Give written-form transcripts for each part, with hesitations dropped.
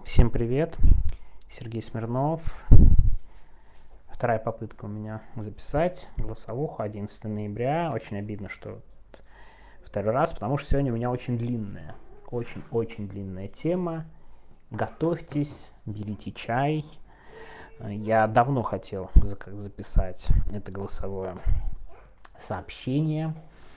Всем привет, Сергей Смирнов. Вторая попытка у меня записать голосовуху 11 ноября. Очень обидно, что второй раз, потому что сегодня у меня очень длинная, очень длинная тема. Готовьтесь, берите чай. Я давно хотел записать это голосовое сообщение.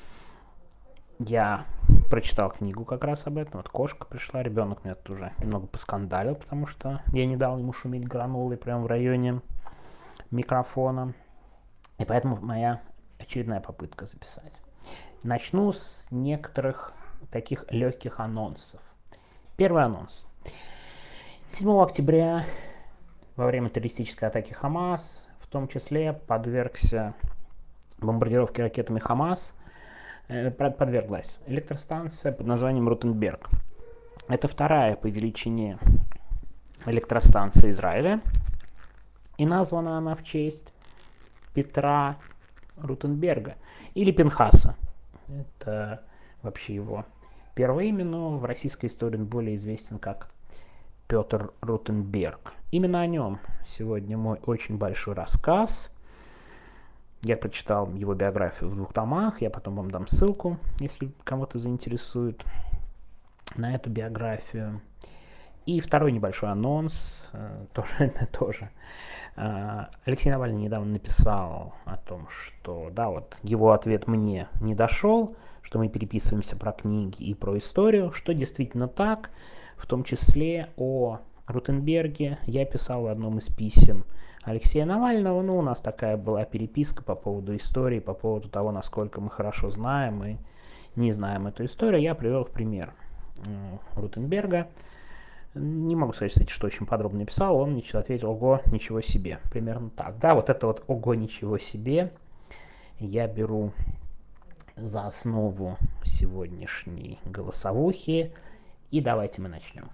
Я прочитал книгу как раз об этом. Вот кошка пришла, ребенок меня тут уже немного поскандалил, потому что я не дал ему шуметь гранулой прямо в районе микрофона. И поэтому моя очередная попытка записать. Начну с некоторых таких легких анонсов. Первый анонс. 7 октября во время террористической атаки Хамас, в том числе подвергся бомбардировке ракетами Хамас, подверглась электростанция под названием Ротенберг. Это вторая по величине электростанция Израиля. И названа она в честь Петра Ротенберга или Пинхаса. Это вообще его первое имя, но в российской истории он более известен как Петр Ротенберг. Именно о нем сегодня мой очень большой рассказ. Я прочитал его биографию в 2 томах, я потом вам дам ссылку, если кого-то заинтересует, на эту биографию. И второй небольшой анонс, тоже. Алексей Навальный недавно написал о том, что да, вот его ответ мне не дошел, что мы переписываемся про книги и про историю, что действительно так, в том числе о Ротенберге я писал в одном из писем Алексея Навального. Ну, у нас такая была переписка по поводу истории, по поводу того, насколько мы хорошо знаем и не знаем эту историю. Я привел в пример Ротенберга. Не могу сказать, кстати, что очень подробно написал. Он ответил: ого, ничего себе. Примерно так. Да, вот это вот ого, ничего себе я беру за основу сегодняшней голосовухи. И давайте мы начнем.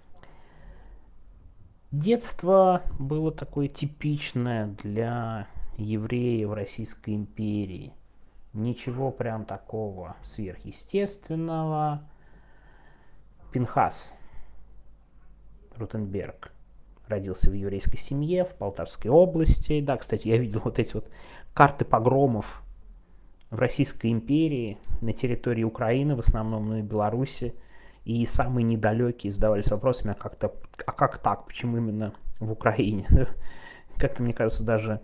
Детство было такое типичное для евреев Российской империи. Ничего прям такого сверхъестественного. Пинхас Ротенберг родился в еврейской семье в Полтавской области. Да, кстати, я видел вот эти вот карты погромов в Российской империи на территории Украины в основном, ну и Беларуси. И самые недалекие задавались вопросами, а как так, почему именно в Украине? Как-то, мне кажется, даже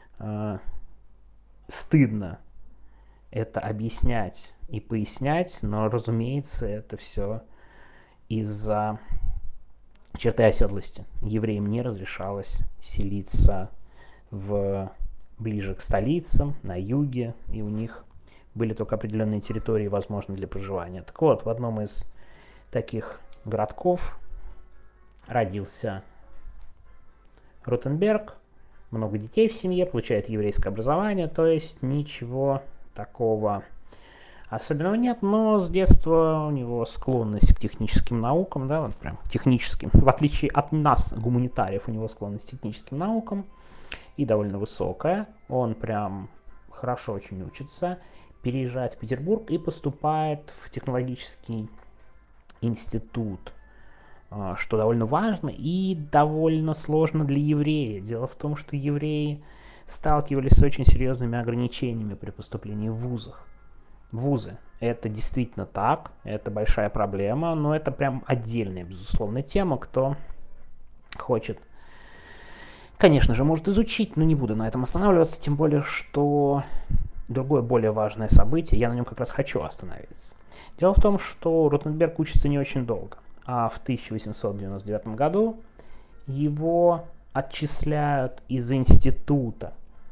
стыдно это объяснять и пояснять, но, разумеется, это все из-за черты оседлости. Евреям не разрешалось селиться ближе к столицам, на юге, и у них были только определенные территории возможны для проживания. Так вот, в одном из таких городков родился Ротенберг, много детей в семье, получает еврейское образование, то есть ничего такого особенного нет, но с детства у него склонность к техническим наукам, да, вот прям техническим, в отличие от нас, гуманитариев, у него склонность к техническим наукам и довольно высокая, он прям хорошо очень учится, переезжает в Петербург и поступает в технологический институт, что довольно важно и довольно сложно для еврея. Дело в том, что евреи сталкивались с очень серьезными ограничениями при поступлении в вузы. Это действительно так, это большая проблема, но это прям отдельная, безусловно, тема. Кто хочет, конечно же, может изучить, но не буду на этом останавливаться, тем более, что другое более важное событие, я на нем как раз хочу остановиться. Дело в том, что Ротенберг учится не очень долго, а в 1899 году его отчисляют из института.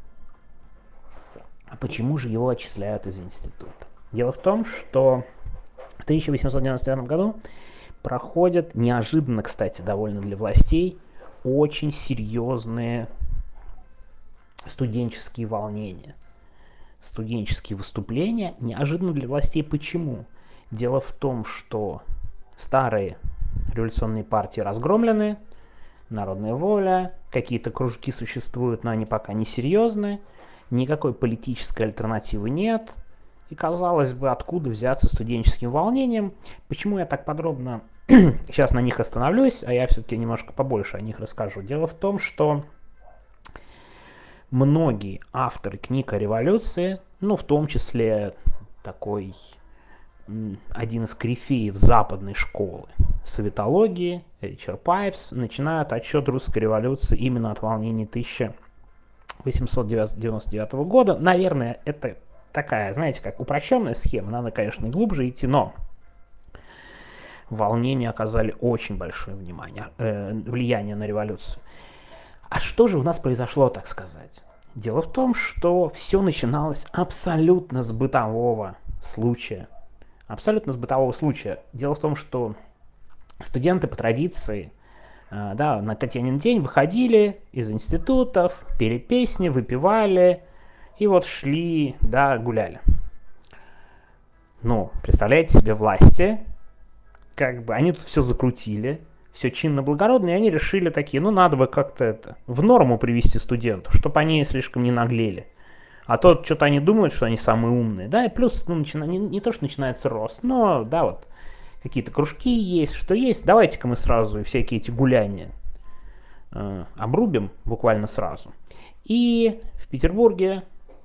А почему же его отчисляют из института? Дело в том, что в 1899 году проходят, неожиданно, кстати, довольно для властей, очень серьезные студенческие волнения. Студенческие выступления неожиданно для властей. Почему? Дело в том, что старые революционные партии разгромлены, народная воля, какие-то кружки существуют, но они пока не серьезны, никакой политической альтернативы нет. И казалось бы, откуда взяться студенческим волнением? Почему я так подробно Сейчас на них остановлюсь, а я все-таки немножко побольше о них расскажу. Дело в том, что многие авторы книг о революции, в том числе такой один из корифеев западной школы советологии, Ричард Пайпс, начинают отсчет русской революции именно от волнений 1899 года. Наверное, это такая, знаете, как упрощенная схема, надо, конечно, глубже идти, но волнения оказали очень большое влияние на революцию. А что же у нас произошло, так сказать? Дело в том, что все начиналось абсолютно с бытового случая. Дело в том, что студенты по традиции на Татьянин день выходили из институтов, пели песни, выпивали и вот шли, гуляли. Представляете себе, власти, они тут все закрутили, все чинно-благородно, и они решили такие, надо бы как-то в норму привести студентов, чтобы они слишком не наглели. А то что-то они думают, что они самые умные, и плюс, не то, что начинается рост, но, какие-то кружки есть, что есть, давайте-ка мы сразу всякие эти гуляния обрубим буквально сразу. И в Петербурге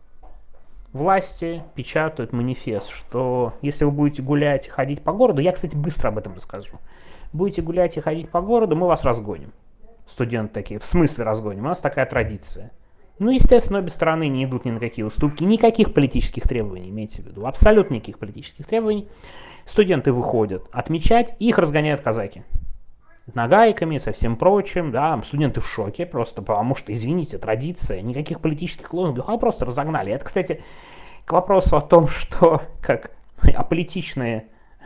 власти печатают манифест, что если вы будете гулять и ходить по городу, я, кстати, быстро об этом расскажу, будете гулять и ходить по городу, мы вас разгоним. Студенты такие, в смысле разгоним? У нас такая традиция. Естественно, обе стороны не идут ни на какие уступки, никаких политических требований, имейте в виду, абсолютно никаких политических требований. Студенты выходят отмечать, и их разгоняют казаки. С нагайками, со всем прочим, студенты в шоке просто, потому что, извините, традиция, никаких политических лозунгов, просто разогнали. Это, кстати, к вопросу о том, что как аполитичные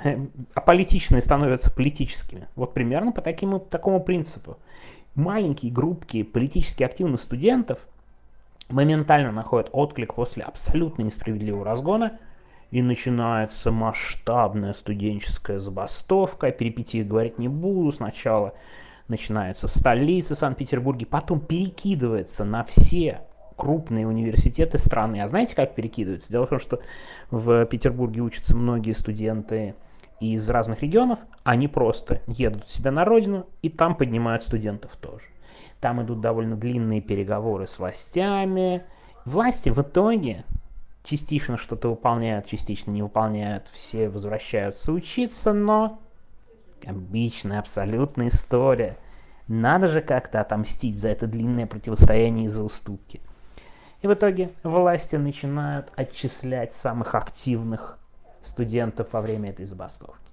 становятся политическими. Вот примерно по такому принципу. Маленькие группки политически активных студентов моментально находят отклик после абсолютно несправедливого разгона, и начинается масштабная студенческая забастовка. О перипетиях говорить не буду. Сначала начинается в столице Санкт-Петербурге, потом перекидывается на все крупные университеты страны. А знаете, как перекидывается? Дело в том, что в Петербурге учатся многие студенты из разных регионов. Они просто едут себе на родину и там поднимают студентов тоже. Там идут довольно длинные переговоры с властями. Власти в итоге частично что-то выполняют, частично не выполняют. Все возвращаются учиться, но обычная, абсолютная история. Надо же как-то отомстить за это длинное противостояние и за уступки. И в итоге власти начинают отчислять самых активных студентов во время этой забастовки.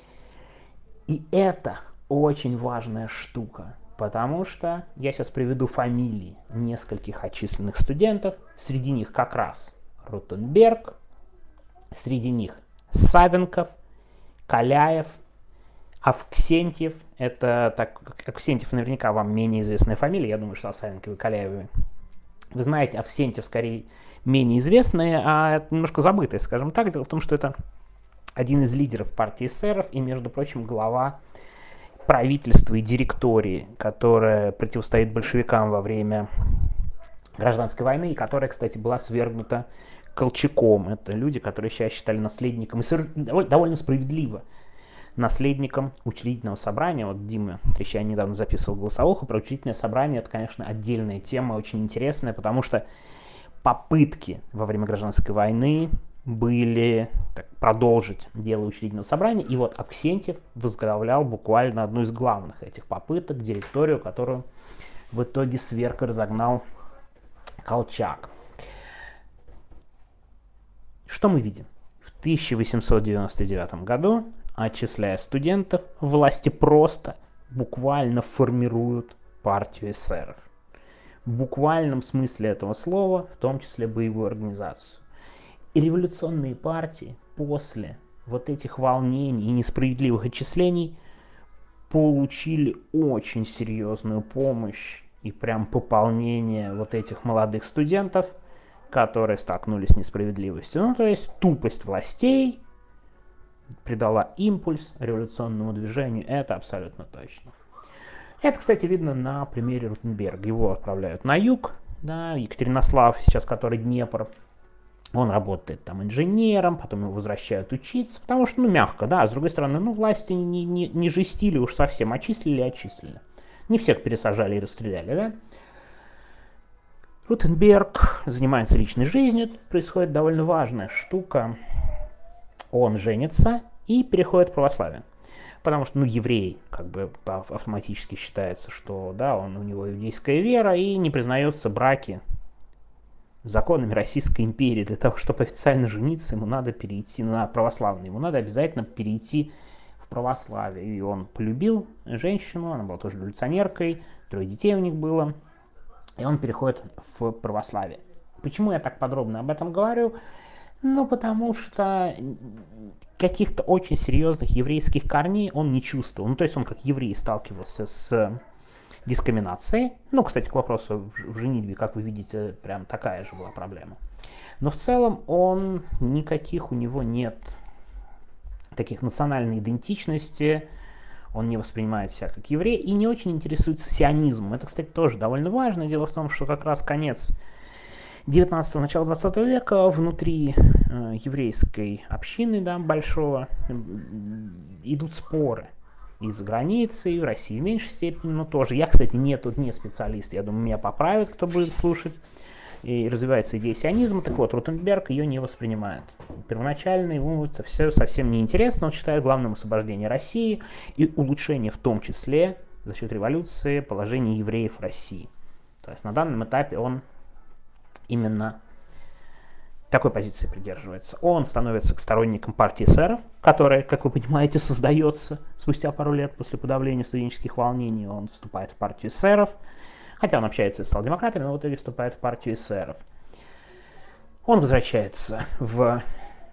И это очень важная штука, потому что я сейчас приведу фамилии нескольких отчисленных студентов. Среди них как раз Ротенберг, среди них Савенков, Каляев, Авксентьев. Авксентьев наверняка вам менее известная фамилия, я думаю, что о Савенкове и Каляеве вы знаете. Авксентьев скорее менее известный, а немножко забытый, скажем так. Дело в том, что это один из лидеров партии эсеров и, между прочим, глава правительства и директории, которая противостоит большевикам во время гражданской войны, и которая, кстати, была свергнута Колчаком. Это люди, которые сейчас считали наследником, и довольно справедливо, наследником учредительного собрания. Вот Дима Трещань недавно записывал голосовуху про учредительное собрание. Это, конечно, отдельная тема, очень интересная, потому что попытки во время гражданской войны были продолжить дело учредительного собрания. И вот Авксентьев возглавлял буквально одну из главных этих попыток, директорию, которую в итоге сверг и разогнал Колчак. Что мы видим? В 1899 году, отчисляя студентов, власти просто буквально формируют партию эсеров. В буквальном смысле этого слова, в том числе боевую организацию. И революционные партии после вот этих волнений и несправедливых отчислений получили очень серьезную помощь и прям пополнение вот этих молодых студентов, которые столкнулись с несправедливостью. То есть тупость властей придала импульс революционному движению, это абсолютно точно. Это, кстати, видно на примере Ротенберга. Его отправляют на юг, Екатеринослав, сейчас который Днепр, Он работает там инженером, потом его возвращают учиться, потому что, мягко, да, а с другой стороны, власти не жестили уж совсем, отчислили. Не всех пересажали и расстреляли, да. Ротенберг занимается личной жизнью, тут происходит довольно важная штука. Он женится и переходит в православие. Потому что, еврей, автоматически считается, что, да, у него иудейская вера, и не признается браки законами Российской империи. Для того, чтобы официально жениться, ему надо перейти на православный, ему надо обязательно перейти в православие. И он полюбил женщину, она была тоже революционеркой, 3 детей у них было, и он переходит в православие. Почему я так подробно об этом говорю? Потому что каких-то очень серьезных еврейских корней он не чувствовал. То есть он как еврей сталкивался с дискриминацией. Кстати, к вопросу в женитьбе, как вы видите, прям такая же была проблема. Но в целом никаких у него нет таких национальной идентичности, он не воспринимает себя как еврей и не очень интересуется сионизмом. Это, кстати, тоже довольно важно. Дело в том, что как раз конец 19-го, начало 20 века внутри еврейской общины, да, большого, идут споры. И за границей, и в России в меньшей степени, но тоже. Я, кстати, не специалист, я думаю, меня поправят, кто будет слушать. И развивается идея сионизма. Так вот, Ротенберг ее не воспринимает. Первоначально ему это все совсем неинтересно. Он считает главным освобождение России и улучшение, в том числе, за счет революции, положения евреев в России. То есть на данном этапе он именно такой позиции придерживается. Он становится сторонником партии эсеров, которая, как вы понимаете, создается спустя пару лет после подавления студенческих волнений. Он вступает в партию эсеров, хотя он общается с социал-демократами, но в итоге вступает в партию эсеров. Он возвращается в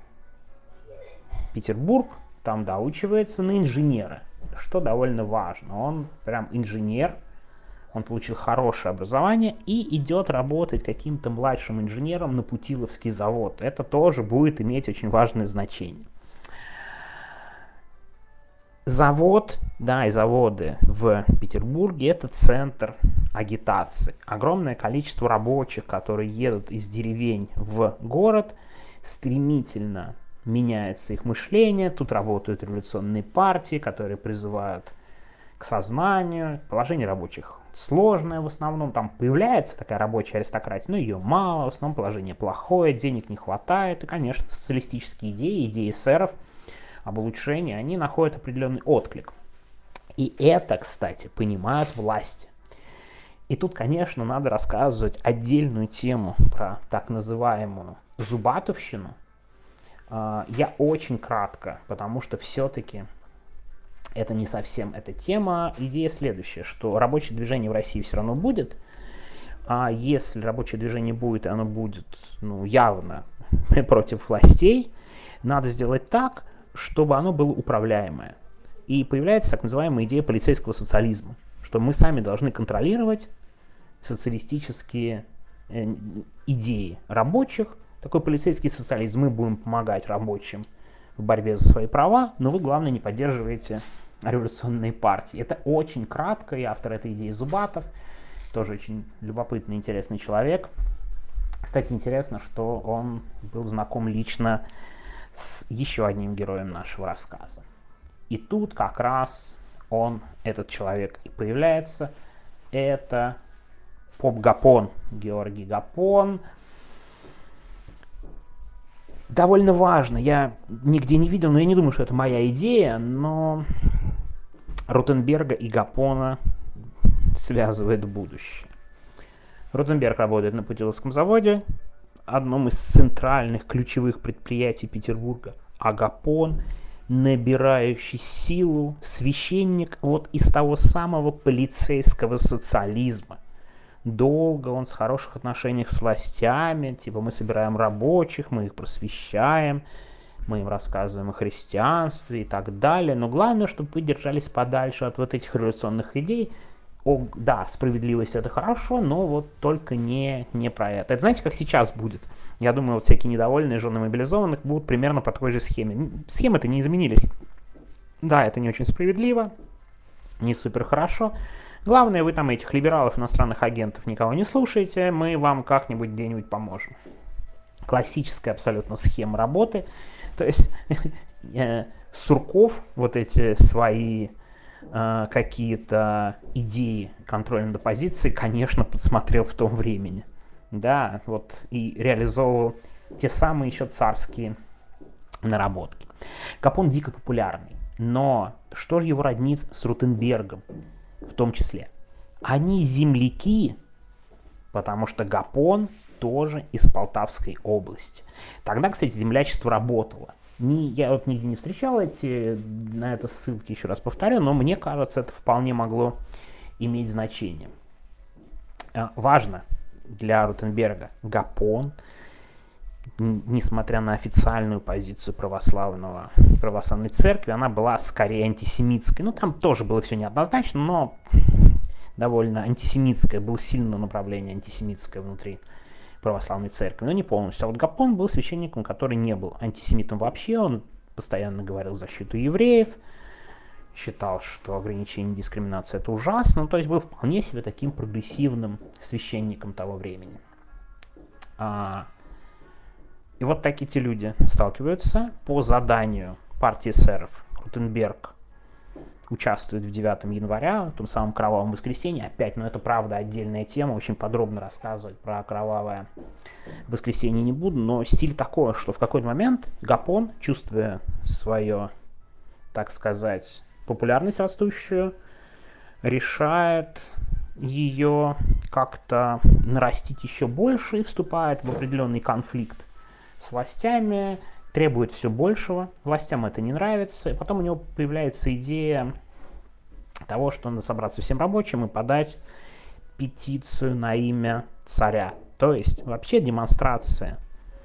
Петербург, там доучивается на инженера, что довольно важно. Он прям инженер, он получил хорошее образование и идет работать каким-то младшим инженером на Путиловский завод. Это тоже будет иметь очень важное значение. Завод, да, и заводы в Петербурге – это центр агитации. Огромное количество рабочих, которые едут из деревень в город, стремительно меняется их мышление. Тут работают революционные партии, которые призывают к сознанию. Положение рабочих сложное в основном. Там появляется такая рабочая аристократия, но ее мало. В основном положение плохое, денег не хватает. И, конечно, социалистические идеи эсеров об улучшении, они находят определенный отклик. И это, кстати, понимают власти. И тут, конечно, надо рассказывать отдельную тему про так называемую зубатовщину. Я очень кратко, потому что все-таки это не совсем эта тема. Идея следующая, что рабочее движение в России все равно будет, а если рабочее движение будет, и оно будет явно против властей, надо сделать так, чтобы оно было управляемое. И появляется так называемая идея полицейского социализма, что мы сами должны контролировать социалистические идеи рабочих. Такой полицейский социализм. Мы будем помогать рабочим в борьбе за свои права, но вы, главное, не поддерживаете революционные партии. Это очень кратко, и автор этой идеи Зубатов, тоже очень любопытный, интересный человек. Кстати, интересно, что он был знаком лично с еще одним героем нашего рассказа. И тут как раз этот человек и появляется. Это поп Гапон, Георгий Гапон. Довольно важно, я нигде не видел, но я не думаю, что это моя идея, но Ротенберга и Гапона связывает будущее. Ротенберг работает на Путиловском заводе, одном из центральных ключевых предприятий Петербурга, а Гапон, набирающий силу священник из того самого полицейского социализма. Долго он с хороших отношениях с властями, типа мы собираем рабочих, мы их просвещаем, мы им рассказываем о христианстве и так далее. Но главное, чтобы вы держались подальше от этих революционных идей. Да, справедливость это хорошо, но только не про это. Это знаете, как сейчас будет? Я думаю, всякие недовольные жены мобилизованных будут примерно по такой же схеме. Схемы-то не изменились. Да, это не очень справедливо, не супер хорошо. Главное, вы там этих либералов, иностранных агентов никого не слушаете, мы вам как-нибудь где-нибудь поможем. Классическая абсолютно схема работы. То есть Сурков вот эти свои какие-то идеи контроля над оппозицией, конечно, подсмотрел в том времени. Да, вот и реализовывал те самые еще царские наработки. Гапон дико популярный, но что же его роднит с Ротенбергом в том числе? Они земляки, потому что Гапон тоже из Полтавской области. Тогда, кстати, землячество работало. Я вот нигде не встречал на это ссылки, еще раз повторю, но мне кажется, это вполне могло иметь значение. Важно для Ротенберга, Гапон, несмотря на официальную позицию православной церкви, она была скорее антисемитской. Ну, там тоже было все неоднозначно, но довольно антисемитское, было сильное направление антисемитское внутри православной церкви, но не полностью. А вот Гапон был священником, который не был антисемитом вообще, он постоянно говорил в защиту евреев, считал, что ограничение дискриминации это ужасно, ну, то есть был вполне себе таким прогрессивным священником того времени. И вот такие те люди сталкиваются по заданию партии эсеров. Ротенберг участвует в 9 января, в том самом кровавом воскресенье. Опять, это правда отдельная тема, очень подробно рассказывать про кровавое воскресенье не буду, но стиль такой, что в какой-то момент Гапон, чувствуя свою, так сказать, популярность растущую, решает ее как-то нарастить еще больше и вступает в определенный конфликт с властями, требует все большего, властям это не нравится, и потом у него появляется идея того, что надо собраться всем рабочим и подать петицию на имя царя. То есть вообще демонстрация,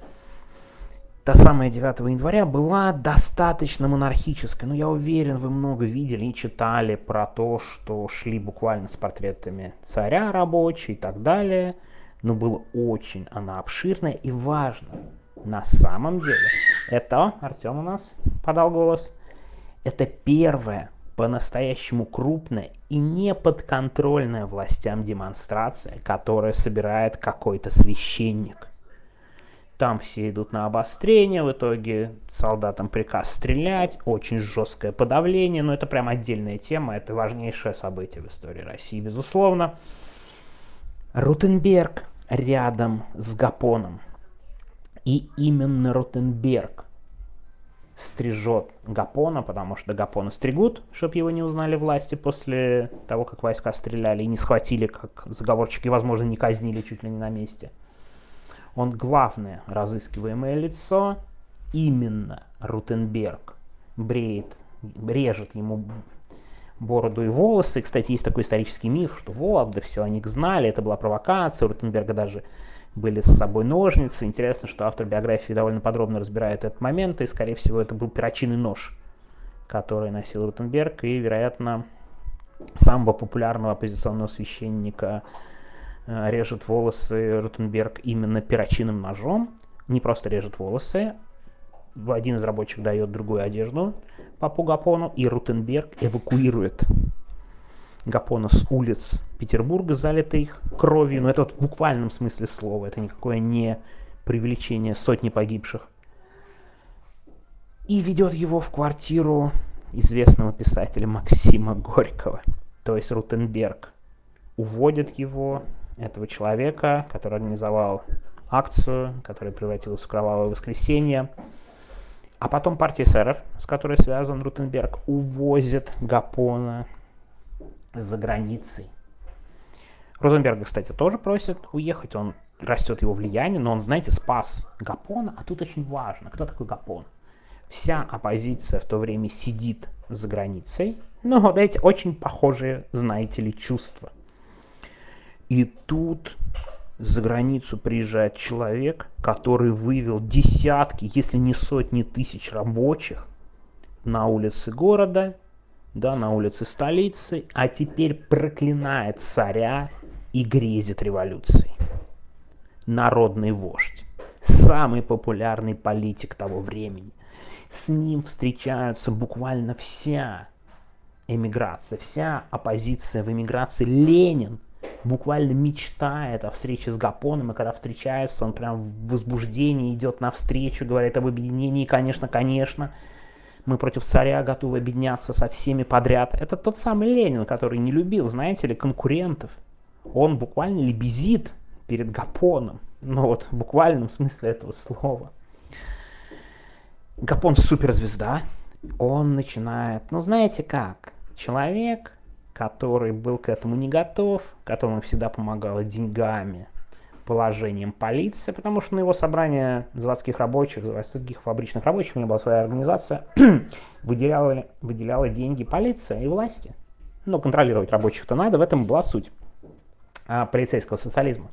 та самая 9 января, была достаточно монархической. Я уверен, вы много видели и читали про то, что шли буквально с портретами царя рабочие и так далее. Но было очень она обширная и важная. На самом деле, это, Артем у нас подал голос, это первая по-настоящему крупная и не подконтрольная властям демонстрация, которая собирает какой-то священник. Там все идут на обострение, в итоге солдатам приказ стрелять, очень жесткое подавление, но это прям отдельная тема, это важнейшее событие в истории России, безусловно. Ротенберг рядом с Гапоном. И именно Ротенберг стрижет Гапона, потому что Гапона стригут, чтобы его не узнали власти после того, как войска стреляли и не схватили, как заговорщики, возможно, не казнили чуть ли не на месте. Он главное разыскиваемое лицо, именно Ротенберг режет ему бороду и волосы. И, кстати, есть такой исторический миф, что да все, они их знали, это была провокация, у Ротенберга даже были с собой ножницы. Интересно, что автор биографии довольно подробно разбирает этот момент, и, скорее всего, это был перочинный нож, который носил Ротенберг, и, вероятно, самого популярного оппозиционного священника режет волосы Ротенберг именно перочинным ножом. Не просто режет волосы, один из рабочих дает другую одежду папу Гапону, и Ротенберг эвакуирует Гапона с улиц Петербурга, залитых кровью, но это вот в буквальном смысле слова, это никакое не преувеличение сотни погибших, и ведет его в квартиру известного писателя Максима Горького. То есть Ротенберг уводит его, этого человека, который организовал акцию, которая превратилась в кровавое воскресенье, а потом партия эсеров, с которой связан Ротенберг, увозит Гапона за границей. Ротенберга, кстати, тоже просят уехать, растет его влияние, но он, знаете, спас Гапона, а тут очень важно, кто такой Гапон. Вся оппозиция в то время сидит за границей, вот эти очень похожие, знаете ли, чувства. И тут за границу приезжает человек, который вывел десятки, если не сотни тысяч рабочих на улицы города, на улице столицы, а теперь проклинает царя и грезит революцией. Народный вождь, самый популярный политик того времени. С ним встречаются буквально вся эмиграция, вся оппозиция в эмиграции. Ленин буквально мечтает о встрече с Гапоном, и когда встречается, он прям в возбуждении идет навстречу, говорит об объединении, конечно, мы против царя готовы объединяться со всеми подряд. Это тот самый Ленин, который не любил, знаете ли, конкурентов. Он буквально лебезит перед Гапоном, ну вот в буквальном смысле этого слова. Гапон суперзвезда, он начинает, ну знаете как, человек, который был к этому не готов, которому всегда помогала деньгами, положением полиции, потому что на его собрание заводских рабочих, заводских фабричных рабочих, у него была своя организация, выделяла деньги полиция и власти. Но контролировать рабочих-то надо, в этом была суть полицейского социализма.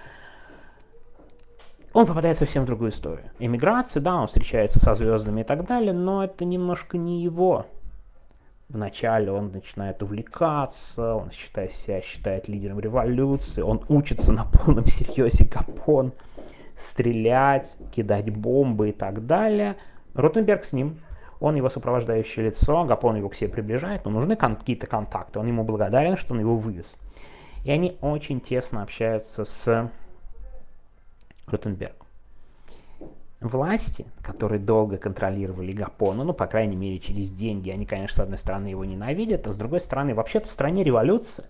Он попадает совсем в другую историю. Эмиграция, да, он встречается со звездами и так далее, но это немножко не его. Вначале он начинает увлекаться, он себя считает лидером революции, он учится на полном серьезе Гапон стрелять, кидать бомбы и так далее. Ротенберг с ним, он его сопровождающее лицо, Гапон его к себе приближает, но нужны какие-то контакты, он ему благодарен, что он его вывез. И они очень тесно общаются с Ротенбергом. Власти, которые долго контролировали Гапона, ну, по крайней мере, через деньги, они, конечно, с одной стороны его ненавидят, а с другой стороны, вообще-то в стране революция.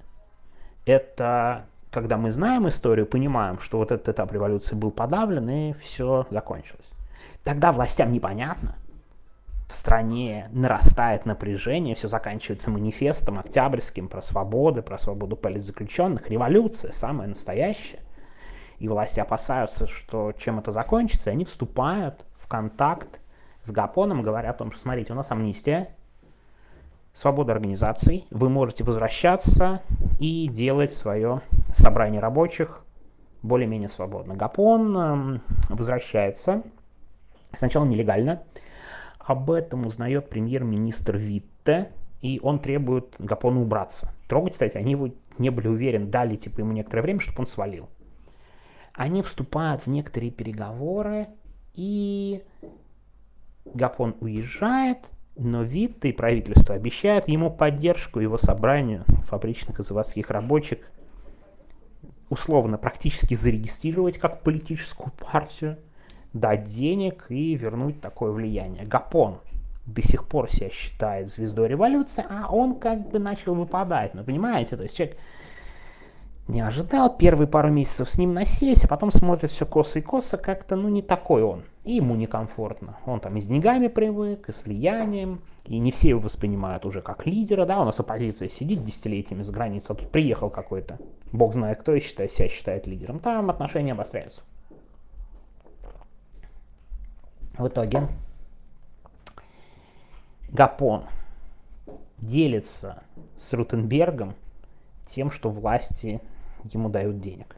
Это, когда мы знаем историю, понимаем, что вот этот этап революции был подавлен, и все закончилось. Тогда властям непонятно. В стране нарастает напряжение, все заканчивается манифестом октябрьским про свободу политзаключенных. Революция самая настоящая. И власти опасаются, что чем это закончится, и они вступают в контакт с Гапоном, говоря о том, что, смотрите, у нас амнистия, свобода организаций, вы можете возвращаться и делать свое собрание рабочих более-менее свободно. Гапон возвращается, сначала нелегально, об этом узнает премьер-министр Витте, и он требует Гапону убраться. Трогать, кстати, они его не были уверены, дали типа ему некоторое время, чтобы он свалил. Они вступают в некоторые переговоры, и Гапон уезжает, но Витте и правительство обещают ему поддержку, его собранию фабричных и заводских рабочих, условно практически зарегистрировать как политическую партию, дать денег и вернуть такое влияние. Гапон до сих пор себя считает звездой революции, а он как бы начал выпадать. Ну, понимаете, то есть человек не ожидал, первые пару месяцев с ним носились, а потом смотрит все косо и косо, как-то, ну, не такой он. И ему некомфортно. Он там и с деньгами привык, и с влиянием, и не все его воспринимают уже как лидера, да, у нас оппозиция сидит десятилетиями за границей, а тут приехал какой-то, бог знает кто, и себя считает лидером. Там отношения обостряются. В итоге Гапон делится с Ротенбергом тем, что власти ему дают денег.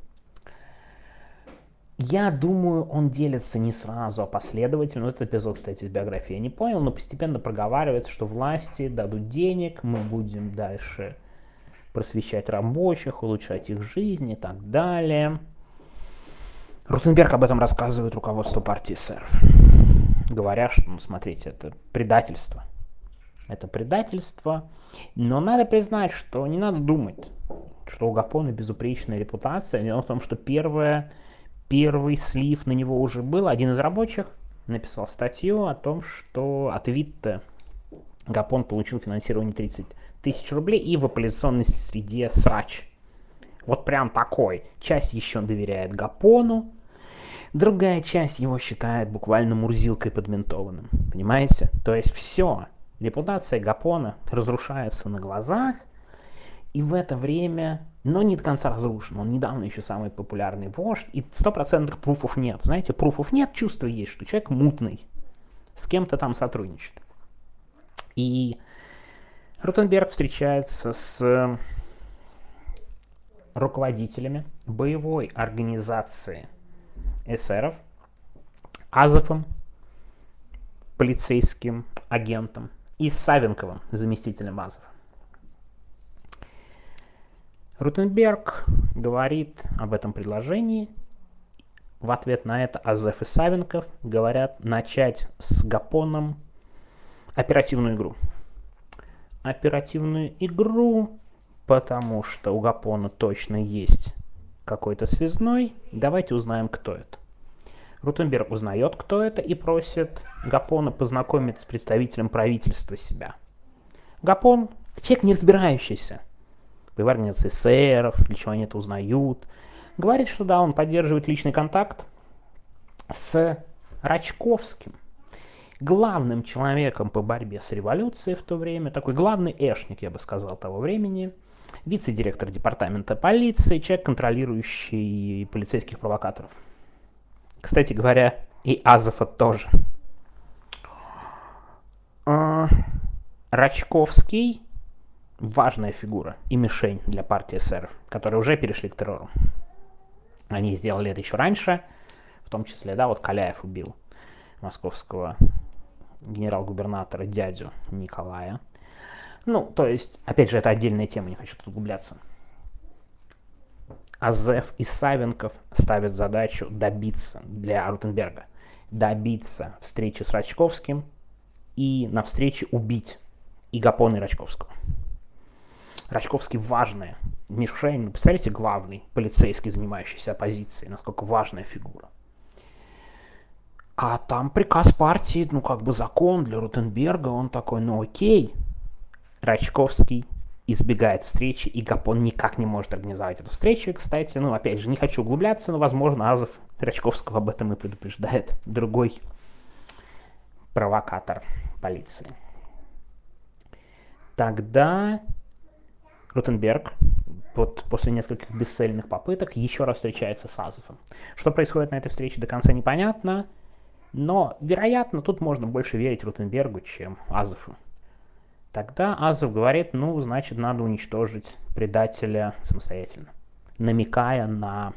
Я думаю, он делится не сразу, а последовательно. Этот эпизод, кстати, из биографии я не понял, но постепенно проговаривается, что власти дадут денег, мы будем дальше просвещать рабочих, улучшать их жизнь и так далее. Ротенберг об этом рассказывает руководству партии эсеров, говоря, что, ну, смотрите, это предательство. Это предательство, но надо признать, что не надо думать, что у Гапона безупречная репутация. Дело в том, что первый слив на него уже был. Один из рабочих написал статью о том, что от Витте Гапон получил финансирование 30 тысяч рублей и в оппозиционной среде срач. Вот прям такой. Часть еще доверяет Гапону, другая часть его считает буквально мурзилкой подментованным. Понимаете? То есть все. Репутация Гапона разрушается на глазах, и в это время, но не до конца разрушен. Он недавно еще самый популярный вождь, и 100% пруфов нет. Знаете, пруфов нет, чувство есть, что человек мутный, с кем-то там сотрудничает. И Ротенберг встречается с руководителями боевой организации эсеров, Азовым, полицейским агентом, и Савенковым, заместителем Азова. Ротенберг говорит об этом предложении. В ответ на это Азов и Савенков говорят начать с Гапоном оперативную игру. Оперативную игру потому что у Гапона точно есть какой-то связной. Давайте узнаем, кто это. Ротенберг узнает, кто это, и просит Гапона познакомить с представителем правительства себя. Гапон — человек, не разбирающийся в организации эсеров, для чего они это узнают. Говорит, что да, он поддерживает личный контакт с Рачковским, главным человеком по борьбе с революцией в то время, такой главный эшник, я бы сказал, того времени, вице-директор департамента полиции, человек, контролирующий полицейских провокаторов. Кстати говоря, и Азова тоже. Рачковский — важная фигура и мишень для партии эсеров, которые уже перешли к террору. Они сделали это еще раньше, в том числе, да, вот Каляев убил московского генерал-губернатора дядю Николая. Ну, то есть, опять же, это отдельная тема, не хочу тут углубляться. Азеф и Савенков ставят задачу добиться для Ротенберга, добиться встречи с Рачковским и на встрече убить и Гапона, и Рачковского. Рачковский важная мишень, вы представляете, главный полицейский, занимающийся оппозицией, насколько важная фигура. А там приказ партии, ну как бы закон для Ротенберга, он такой, ну окей. Рачковский избегает встречи, и Гапон никак не может организовать эту встречу. И, кстати, ну опять же, не хочу углубляться, но, возможно, Азов Рачковского об этом и предупреждает другой провокатор полиции. Тогда Ротенберг вот после нескольких бесцельных попыток еще раз встречается с Азовым. Что происходит на этой встрече, до конца непонятно, но, вероятно, тут можно больше верить Ротенбергу, чем Азову. Тогда Азов говорит, ну, значит, надо уничтожить предателя самостоятельно, намекая на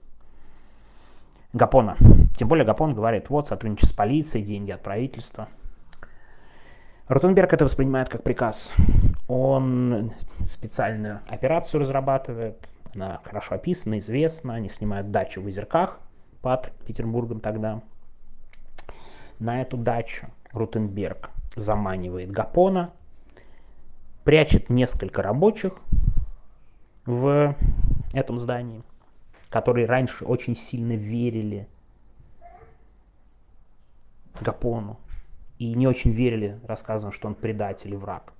Гапона. Тем более Гапон говорит, вот, сотрудничество с полицией, деньги от правительства. Ротенберг это воспринимает как приказ. Он специальную операцию разрабатывает, она хорошо описана, известна. Они снимают дачу в Озерках под Петербургом тогда. На эту дачу Ротенберг заманивает Гапона, прячет несколько рабочих в этом здании, которые раньше очень сильно верили Гапону и не очень верили рассказам, что он предатель и враг.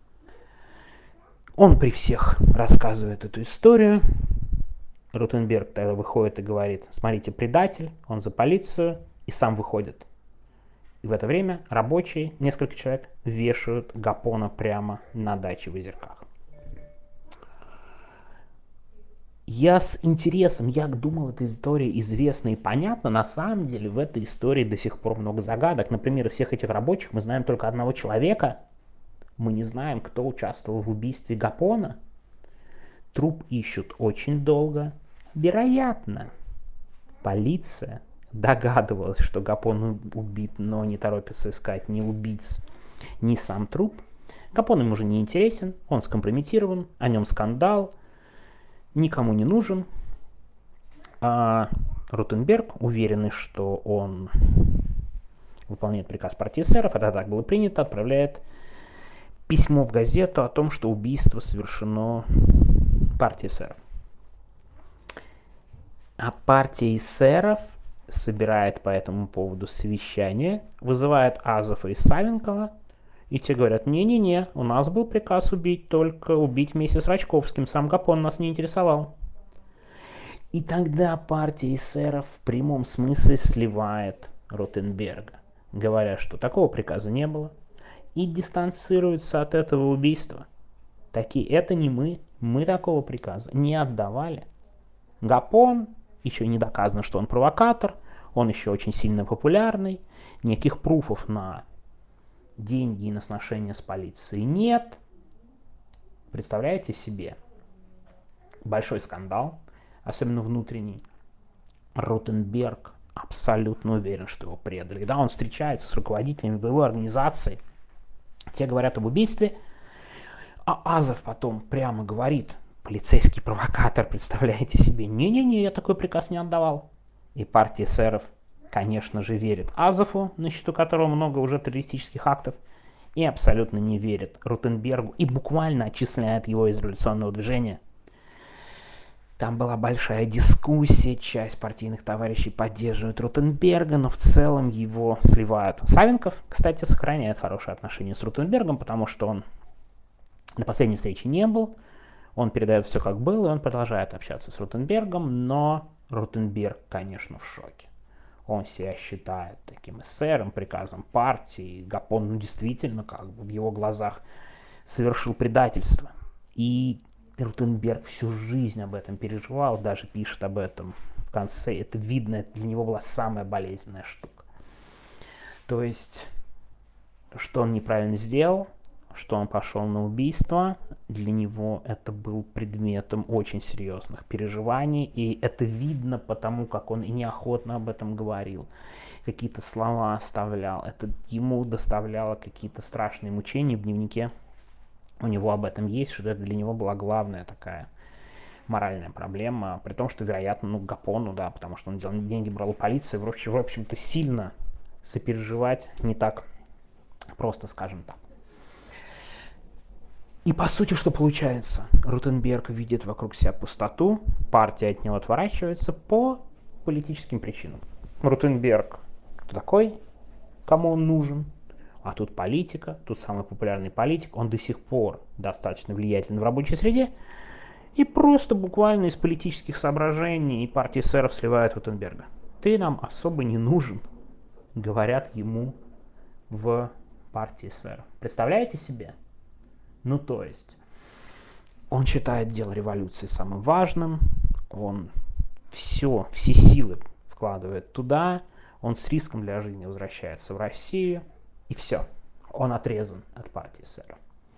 Он при всех рассказывает эту историю. Ротенберг тогда выходит и говорит, смотрите, предатель, он за полицию, и сам выходит. И в это время рабочие, несколько человек, вешают Гапона прямо на даче в Озерках. Я с интересом, я думал, эта история известна и понятна. На самом деле в этой истории до сих пор много загадок. Например, из всех этих рабочих мы знаем только одного человека. Мы не знаем, кто участвовал в убийстве Гапона. Труп ищут очень долго. Вероятно, полиция догадывалась, что Гапон убит, но не торопится искать ни убийц, ни сам труп. Гапон им уже не интересен, он скомпрометирован, о нем скандал, никому не нужен. А Ротенберг, уверенный, что он выполняет приказ партии эсеров, это так было принято, отправляет письмо в газету о том, что убийство совершено партией эсеров. А партия эсеров собирает по этому поводу совещание, вызывает Азова и Савенкова, и те говорят, не-не-не, у нас был приказ убить вместе с Рачковским, сам Гапон нас не интересовал. И тогда партия эсеров в прямом смысле сливает Ротенберга, говоря, что такого приказа не было, и дистанцируется от этого убийства. Такие, это не мы такого приказа не отдавали. Гапон, еще не доказано, что он провокатор, он еще очень сильно популярный, никаких пруфов на деньги и на сношения с полицией нет. Представляете себе? Большой скандал, особенно внутренний. Ротенберг абсолютно уверен, что его предали. Когда он встречается с руководителями боевой организации, те говорят об убийстве, а Азов потом прямо говорит, полицейский провокатор, представляете себе, не-не-не, я такой приказ не отдавал. И партия эсеров, конечно же, верит Азову, на счету которого много уже террористических актов, и абсолютно не верит Ротенбергу и буквально отчисляет его из революционного движения. Там была большая дискуссия, часть партийных товарищей поддерживает Ротенберга, но в целом его сливают. Савенков, кстати, сохраняет хорошие отношения с Ротенбергом, потому что он на последней встрече не был, он передает все как было, и он продолжает общаться с Ротенбергом, но Ротенберг, конечно, в шоке. Он себя считает таким эсером, приказом партии. Гапон, действительно, как бы в его глазах совершил предательство. И Ротенберг всю жизнь об этом переживал, даже пишет об этом в конце. Это видно, это для него была самая болезненная штука. То есть, что он неправильно сделал, что он пошел на убийство, для него это был предметом очень серьезных переживаний, и это видно потому, как он и неохотно об этом говорил, какие-то слова оставлял, это ему доставляло какие-то страшные мучения в дневнике, у него об этом есть, что это для него была главная такая моральная проблема, при том, что, вероятно, Гапону, да, потому что он деньги брал у полиции, в общем-то, сильно сопереживать не так просто, скажем так. И по сути, что получается? Ротенберг видит вокруг себя пустоту, партия от него отворачивается по политическим причинам. Ротенберг кто такой, кому он нужен? А тут политика, тут самый популярный политик, он до сих пор достаточно влиятелен в рабочей среде, и просто буквально из политических соображений и партии эсеров сливают Ротенберга. Ты нам особо не нужен, говорят ему в партии эсеров. Представляете себе? Ну, то есть, он считает дело революции самым важным, он все силы вкладывает туда, он с риском для жизни возвращается в Россию, и все, он отрезан от партии эсеров.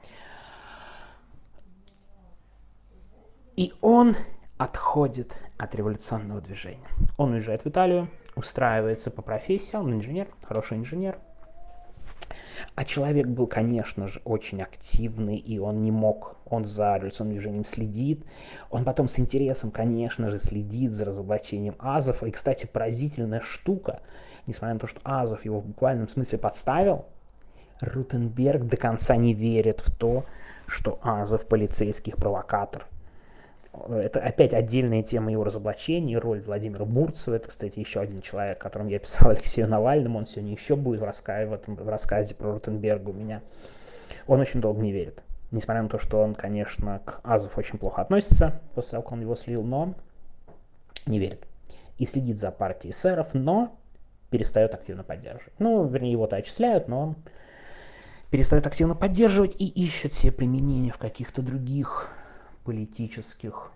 И он отходит от революционного движения. Он уезжает в Италию, устраивается по профессии, он инженер, хороший инженер. А человек был, конечно же, очень активный, и он не мог, он за революционным движением следит. Он потом с интересом, конечно же, следит за разоблачением Азова. И, кстати, поразительная штука, несмотря на то, что Азов его в буквальном смысле подставил, Ротенберг до конца не верит в то, что Азов полицейский провокатор. Это опять отдельная тема его разоблачения, роль Владимира Бурцева. Это, кстати, еще один человек, о котором я писал Алексею Навальному. Он сегодня еще будет в рассказе про Ротенберга у меня. Он очень долго не верит. Несмотря на то, что он, конечно, к Азову очень плохо относится, после того, как он его слил, но он не верит. И следит за партией эсеров, но перестает активно поддерживать. Ну, вернее, его-то отчисляют, но он перестает активно поддерживать и ищет себе применение в каких-то других политических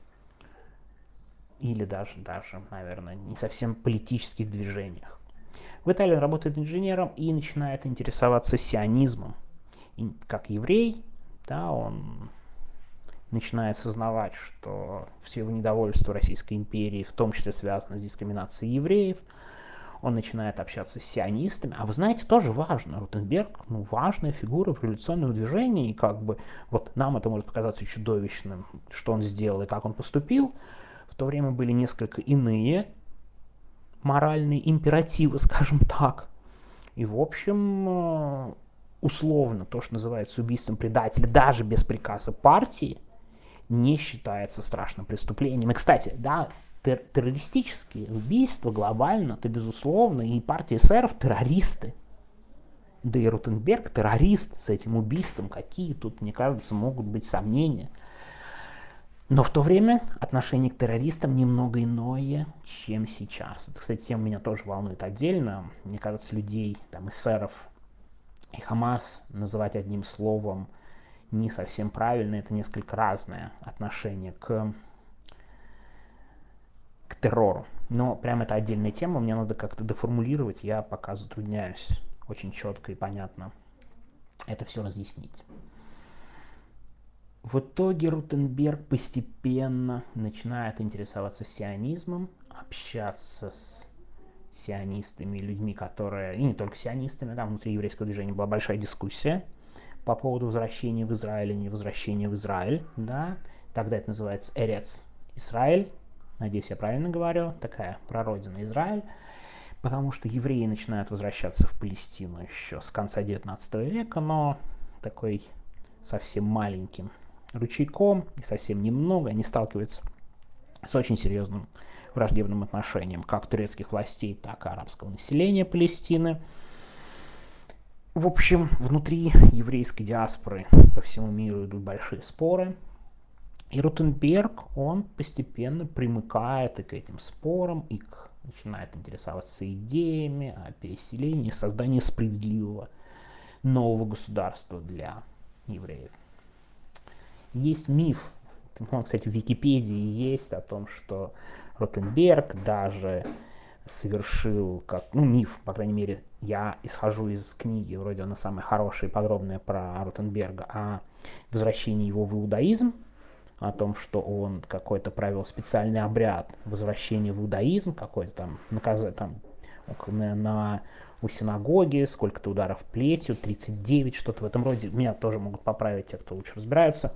или даже, наверное, не совсем политических движениях. В Италии он работает инженером и начинает интересоваться сионизмом. И как еврей, да, он начинает осознавать, что все его недовольство Российской империи в том числе связано с дискриминацией евреев. Он начинает общаться с сионистами. А вы знаете, тоже важно. Ротенберг, важная фигура в революционном движении. И как бы вот нам это может показаться чудовищным, что он сделал и как он поступил. В то время были несколько иные моральные императивы, скажем так. И, в общем, условно, то, что называется убийством предателя, даже без приказа партии, не считается страшным преступлением. И, кстати, да, террористические убийства глобально, это безусловно, и партия эсеров террористы. Да и Ротенберг террорист с этим убийством. Какие тут, мне кажется, могут быть сомнения. Но в то время отношение к террористам немного иное, чем сейчас. Это, кстати, тема меня тоже волнует отдельно. Мне кажется, людей, там, эсеров и Хамас называть одним словом не совсем правильно. Это несколько разное отношение к террору. Но прям это отдельная тема, мне надо как-то деформулировать, я пока затрудняюсь очень четко и понятно это все разъяснить. В итоге Ротенберг постепенно начинает интересоваться сионизмом, общаться с сионистами, людьми, которые, и не только сионистами, там внутри еврейского движения была большая дискуссия по поводу возвращения в Израиль и не возвращения в Израиль, да, тогда это называется Эрец Исраэль. Надеюсь, я правильно говорю, такая прародина Израиль. потому что евреи начинают возвращаться в Палестину еще с конца 19 века, но такой совсем маленьким ручейком и совсем немного. Они сталкиваются с очень серьезным враждебным отношением как турецких властей, так и арабского населения Палестины. В общем, внутри еврейской диаспоры по всему миру идут большие споры. И Ротенберг, он постепенно примыкает и к этим спорам, и начинает интересоваться идеями о переселении, создании справедливого нового государства для евреев. Есть миф, он, кстати, в Википедии есть о том, что Ротенберг даже совершил, миф, по крайней мере, я исхожу из книги, вроде она самая хорошая и подробная про Ротенберга, о возвращении его в иудаизм, о том, что он какой-то провел специальный обряд возвращения в иудаизм, какой-то там у синагоги, сколько-то ударов плетью, 39, что-то в этом роде. Меня тоже могут поправить те, кто лучше разбираются.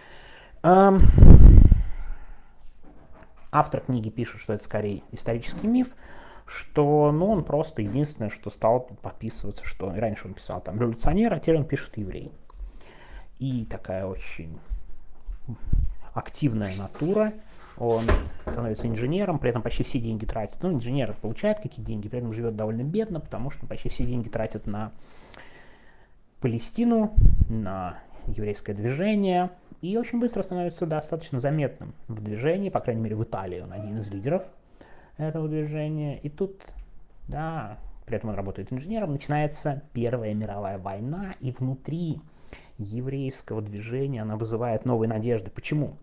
Автор книги пишет, что это скорее исторический миф, что он просто единственное, что стал подписываться, что раньше он писал там революционер, а теперь он пишет еврей. И такая очень активная натура. Он становится инженером, при этом почти все деньги тратит. Инженер получает какие-то деньги, при этом живет довольно бедно, потому что почти все деньги тратит на Палестину, на еврейское движение. И очень быстро становится достаточно заметным в движении, по крайней мере в Италии он один из лидеров этого движения. И тут, да, при этом он работает инженером, начинается Первая мировая война, и внутри еврейского движения она вызывает новые надежды. Почему?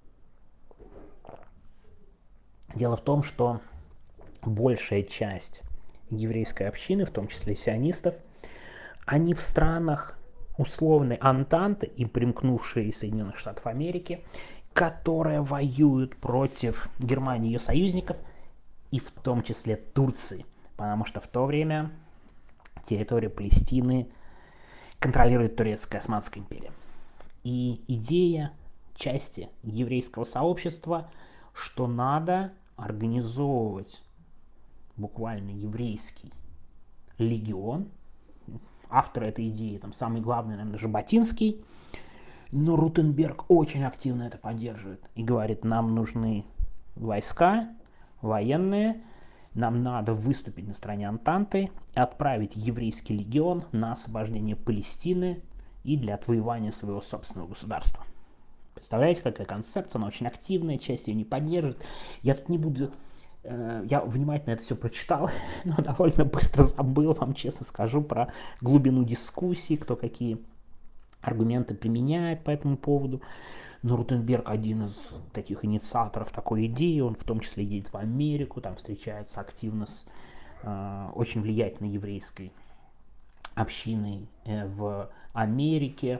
Дело в том, что большая часть еврейской общины, в том числе сионистов, они в странах условной Антанты и примкнувшие из Соединенных Штатов Америки, которые воюют против Германии и ее союзников, и в том числе Турции, потому что в то время территорию Палестины контролирует Турецкая Османская империя. И идея части еврейского сообщества, что надо организовывать буквально еврейский легион. Автор этой идеи, самый главный, наверное, Жаботинский, но Ротенберг очень активно это поддерживает и говорит, нам нужны войска военные, нам надо выступить на стороне Антанты, отправить еврейский легион на освобождение Палестины и для отвоевания своего собственного государства. Представляете, какая концепция, она очень активная, часть ее не поддержит. Я тут не буду... Я внимательно это все прочитал, но довольно быстро забыл, вам честно скажу, про глубину дискуссий, кто какие аргументы применяет по этому поводу. Но Ротенберг один из таких инициаторов такой идеи, он в том числе едет в Америку, там встречается активно с очень влиятельной еврейской общиной в Америке.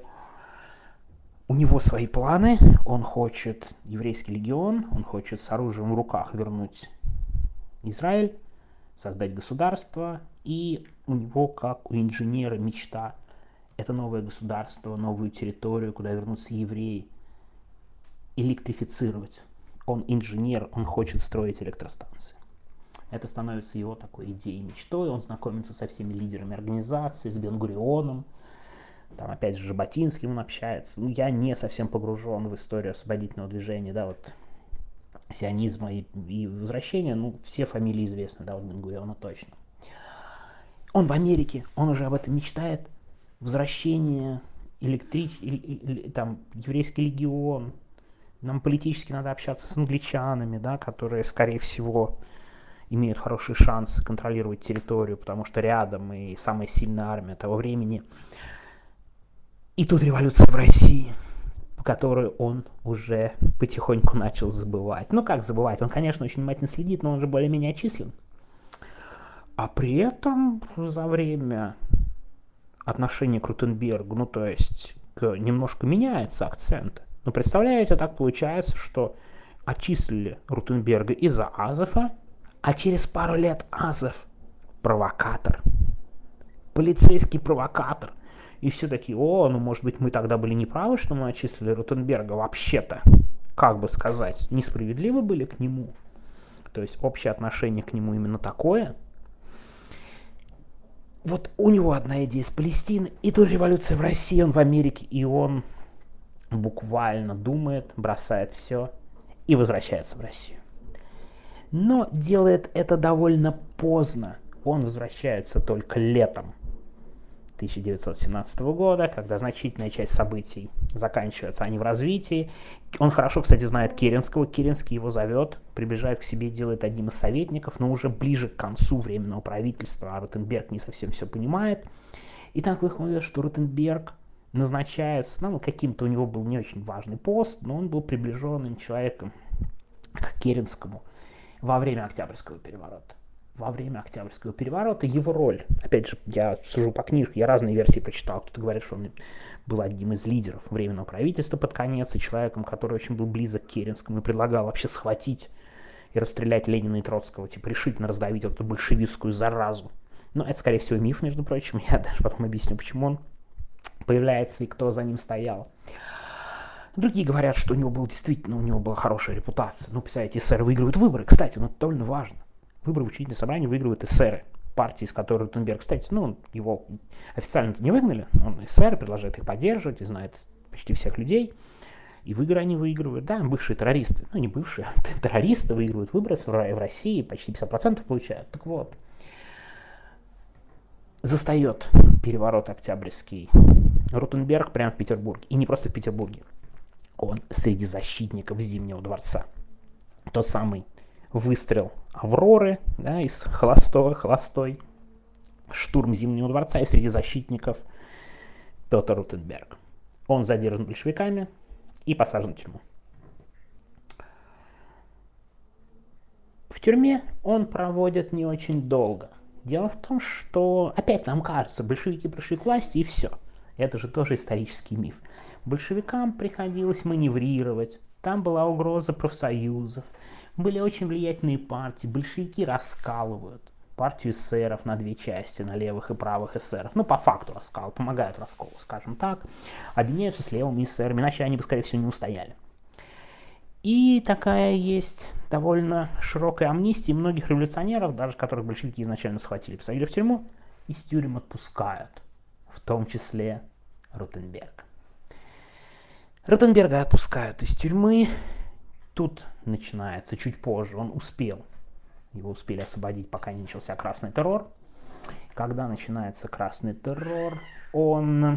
У него свои планы, он хочет еврейский легион, он хочет с оружием в руках вернуть Израиль, создать государство, и у него, как у инженера, мечта – это новое государство, новую территорию, куда вернутся евреи, электрифицировать. Он инженер, он хочет строить электростанции. Это становится его такой идеей, мечтой, он знакомится со всеми лидерами организации, с Бен-Гурионом, там опять же с Жаботинским он общается. Я не совсем погружен в историю освободительного движения, сионизма и возвращения, все фамилии известны, у Бен-Гуриона точно. Он в Америке, он уже об этом мечтает. Возвращение, еврейский легион. Нам политически надо общаться с англичанами, которые, скорее всего, имеют хорошие шансы контролировать территорию, потому что рядом и самая сильная армия того времени. И тут революция в России, которую он уже потихоньку начал забывать. Как забывать? Он, конечно, очень внимательно следит, но он же более-менее отчислен. А при этом за время отношения к Ротенбергу, немножко меняется акцент. Представляете, так получается, что отчислили Ротенберга из-за Азефа, а через пару лет Азеф провокатор. Полицейский провокатор. И все такие, может быть, мы тогда были неправы, что мы отчислили Ротенберга. Вообще-то, как бы сказать, несправедливы были к нему. То есть общее отношение к нему именно такое. вот у него одна идея с Палестины, и тут революция в России, он в Америке, и он буквально думает, бросает все и возвращается в Россию. Но делает это довольно поздно. Он возвращается только летом 1917 года, когда значительная часть событий заканчивается, они в развитии. Он хорошо, кстати, знает Керенского. Керенский его зовет, приближает к себе, делает одним из советников, но уже ближе к концу Временного правительства, а Ротенберг не совсем все понимает. И так выходит, что Ротенберг назначается, ну, каким-то у него был не очень важный пост, но он был приближенным человеком к Керенскому во время Октябрьского переворота. Во время Октябрьского переворота его роль, опять же, я сужу по книжке, я разные версии прочитал, кто-то говорит, что он был одним из лидеров Временного правительства под конец, и человеком, который очень был близок к Керенскому и предлагал вообще схватить и расстрелять Ленина и Троцкого, типа решительно раздавить эту большевистскую заразу. Но это, скорее всего, миф, между прочим, я даже потом объясню, почему он появляется и кто за ним стоял. Другие говорят, что у него был действительно, у него была хорошая репутация. Ну, представляете, эсеры выигрывают выборы. Кстати, ну, это довольно важно. Выборы в учредительное собрание выигрывают эсеры. Партии, из которой Ротенберг, кстати, ну, его официально-то не выгнали. Он эсеры, продолжает их поддерживать и знает почти всех людей. И выборы они выигрывают. Да, бывшие террористы. Ну, не бывшие, а террористы выигрывают выборы в России. Почти 50% получают. Так вот. Застает переворот октябрьский Ротенберг прямо в Петербурге. И не просто в Петербурге. Он среди защитников Зимнего дворца. Тот самый выстрел Авроры, да, из холостой штурм Зимнего дворца, и среди защитников Петр Ротенберг. Он задержан большевиками и посажен в тюрьму. В тюрьме он проводит не очень долго. Дело в том, что, опять нам кажется, большевики пришли к власти и все. Это же тоже исторический миф. Большевикам приходилось маневрировать, там была угроза профсоюзов, были очень влиятельные партии, большевики раскалывают партию эсеров на две части, на левых и правых эсеров. Ну, по факту раскалывают, помогают расколу, скажем так, объединяются с левыми эсерами, иначе они бы, скорее всего, не устояли. И такая есть довольно широкая амнистия, многих революционеров, даже которых большевики изначально схватили, посадили в тюрьму, из тюрем отпускают, в том числе Ротенберга. Ротенберга отпускают из тюрьмы. Тут начинается чуть позже, он успел. Его успели освободить, пока не начался красный террор. Когда начинается красный террор, он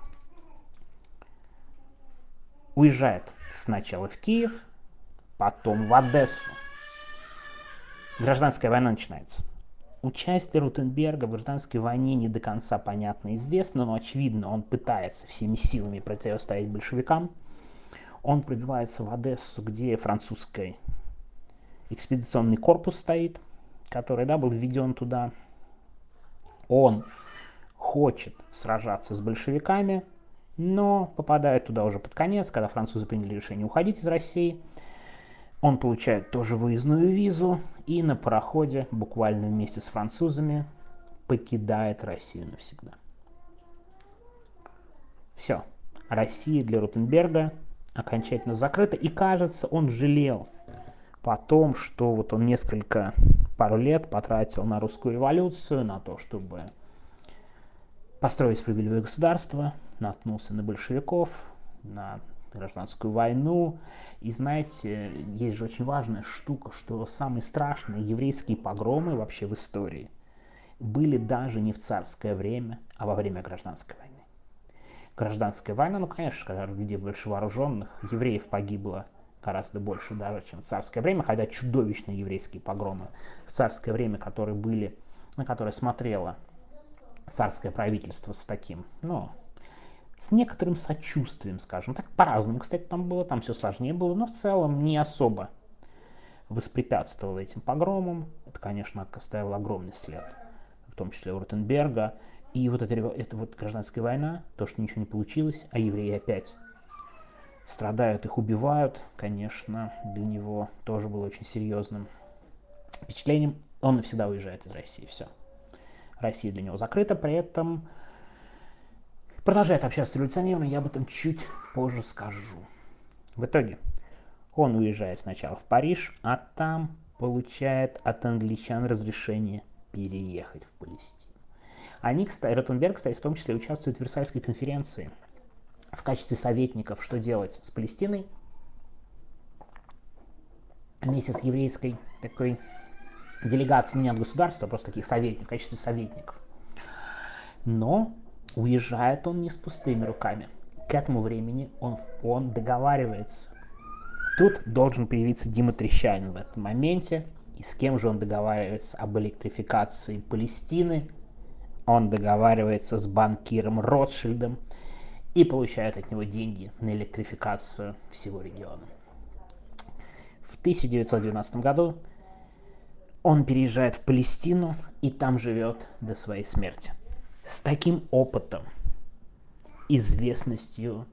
уезжает сначала в Киев, потом в Одессу. Гражданская война начинается. Участие Ротенберга в гражданской войне не до конца понятно и известно, но очевидно, он пытается всеми силами противостоять большевикам. Он пробивается в Одессу, где французский экспедиционный корпус стоит, который, да, был введен туда. Он хочет сражаться с большевиками, но попадает туда уже под конец, когда французы приняли решение уходить из России. Он получает тоже выездную визу и на пароходе, буквально вместе с французами, покидает Россию навсегда. Все. Россия для Ротенберга окончательно закрыта, и кажется, он жалел потом, что вот он пару лет потратил на русскую революцию, на то, чтобы построить справедливое государство, наткнулся на большевиков, на гражданскую войну. И знаете, есть же очень важная штука, что самые страшные еврейские погромы вообще в истории были даже не в царское время, а во время гражданской войны. Гражданская война, ну, конечно, когда людей больше вооруженных, евреев погибло гораздо больше даже, чем в царское время, хотя чудовищные еврейские погромы в царское время, которые были, на которые смотрело царское правительство с таким, ну, с некоторым сочувствием, скажем так, по-разному, кстати, там было, там все сложнее было, но в целом не особо воспрепятствовало этим погромам. Это, конечно, оставило огромный след, в том числе у Ротенберга. И вот эта вот гражданская война, то, что ничего не получилось, а евреи опять страдают, их убивают, конечно, для него тоже было очень серьезным впечатлением. Он навсегда уезжает из России, все. Россия для него закрыта, при этом продолжает общаться с революционерами, я об этом чуть позже скажу. В итоге он уезжает сначала в Париж, а там получает от англичан разрешение переехать в Палестину. Они, кстати, Ротенберг, кстати, в том числе участвует в Версальской конференции в качестве советников, что делать с Палестиной, вместе с еврейской такой делегацией, не от государства, а просто таких советников, в качестве советников. Но уезжает он не с пустыми руками. К этому времени он договаривается. Тут должен появиться Дима Трещанин в этом моменте. И с кем же он договаривается об электрификации Палестины? Он договаривается с банкиром Ротшильдом и получает от него деньги на электрификацию всего региона. В 1912 году он переезжает в Палестину и там живет до своей смерти. С таким опытом, известностью,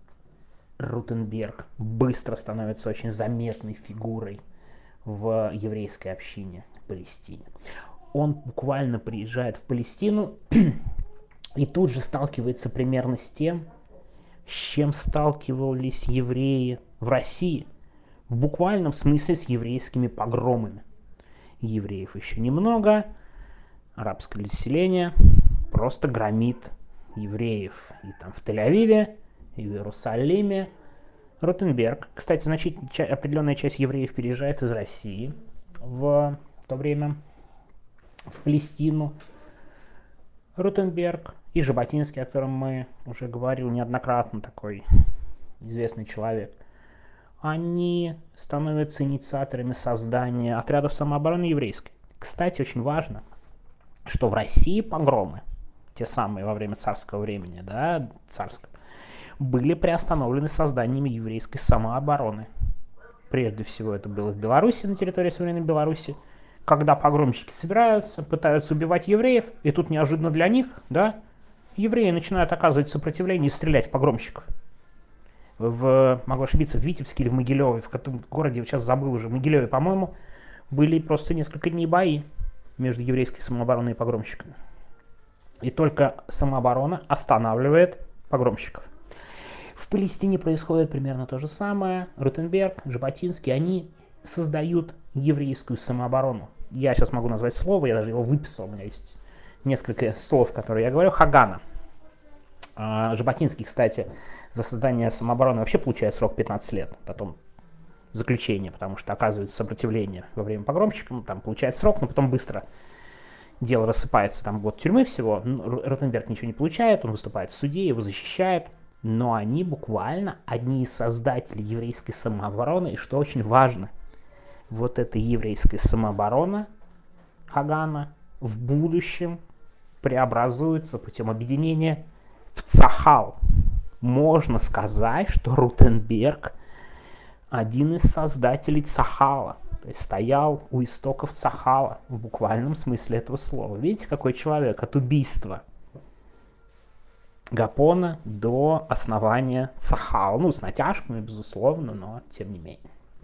Ротенберг быстро становится очень заметной фигурой в еврейской общине в Палестине. Он буквально приезжает в Палестину и тут же сталкивается примерно с тем, с чем сталкивались евреи в России. В буквальном смысле с еврейскими погромами. Евреев еще немного, арабское население просто громит евреев и там в Тель-Авиве, и в Иерусалиме. Ротенберг, кстати, определенная часть евреев переезжает из России в то время в Палестину. Ротенберг и Жаботинский, о котором мы уже говорили неоднократно, такой известный человек, они становятся инициаторами создания отрядов самообороны еврейской. Кстати, очень важно, что в России погромы, те самые во время царского времени, да, царского, были приостановлены созданием еврейской самообороны. Прежде всего это было в Беларуси, на территории современной Беларуси, когда погромщики собираются, пытаются убивать евреев, и тут неожиданно для них, да, евреи начинают оказывать сопротивление и стрелять в погромщиков. Могу ошибиться, в Витебске или в Могилеве, в каком городе, сейчас забыл уже, в Могилеве, по-моему, были просто несколько дней бои между еврейской самообороной и погромщиками. И только самооборона останавливает погромщиков. В Палестине происходит примерно то же самое. Ротенберг, Жаботинский, они создают еврейскую самооборону. Я сейчас могу назвать слово, я даже его выписал, у меня есть несколько слов, которые я говорю. Хагана. Жаботинский, кстати, за создание самообороны вообще получает срок 15 лет, потом заключение, потому что оказывается сопротивление во время погромщиков, там получает срок, но потом быстро дело рассыпается, там год тюрьмы всего. Ротенберг ничего не получает, он выступает в суде, его защищает, но они буквально одни из создателей еврейской самообороны, и что очень важно, вот эта еврейская самооборона Хагана в будущем преобразуется путем объединения в Цахал. Можно сказать, что Ротенберг один из создателей Цахала, то есть стоял у истоков Цахала в буквальном смысле этого слова. Видите, какой человек от убийства Гапона до основания Цахала. Ну, с натяжками, безусловно, но тем не менее.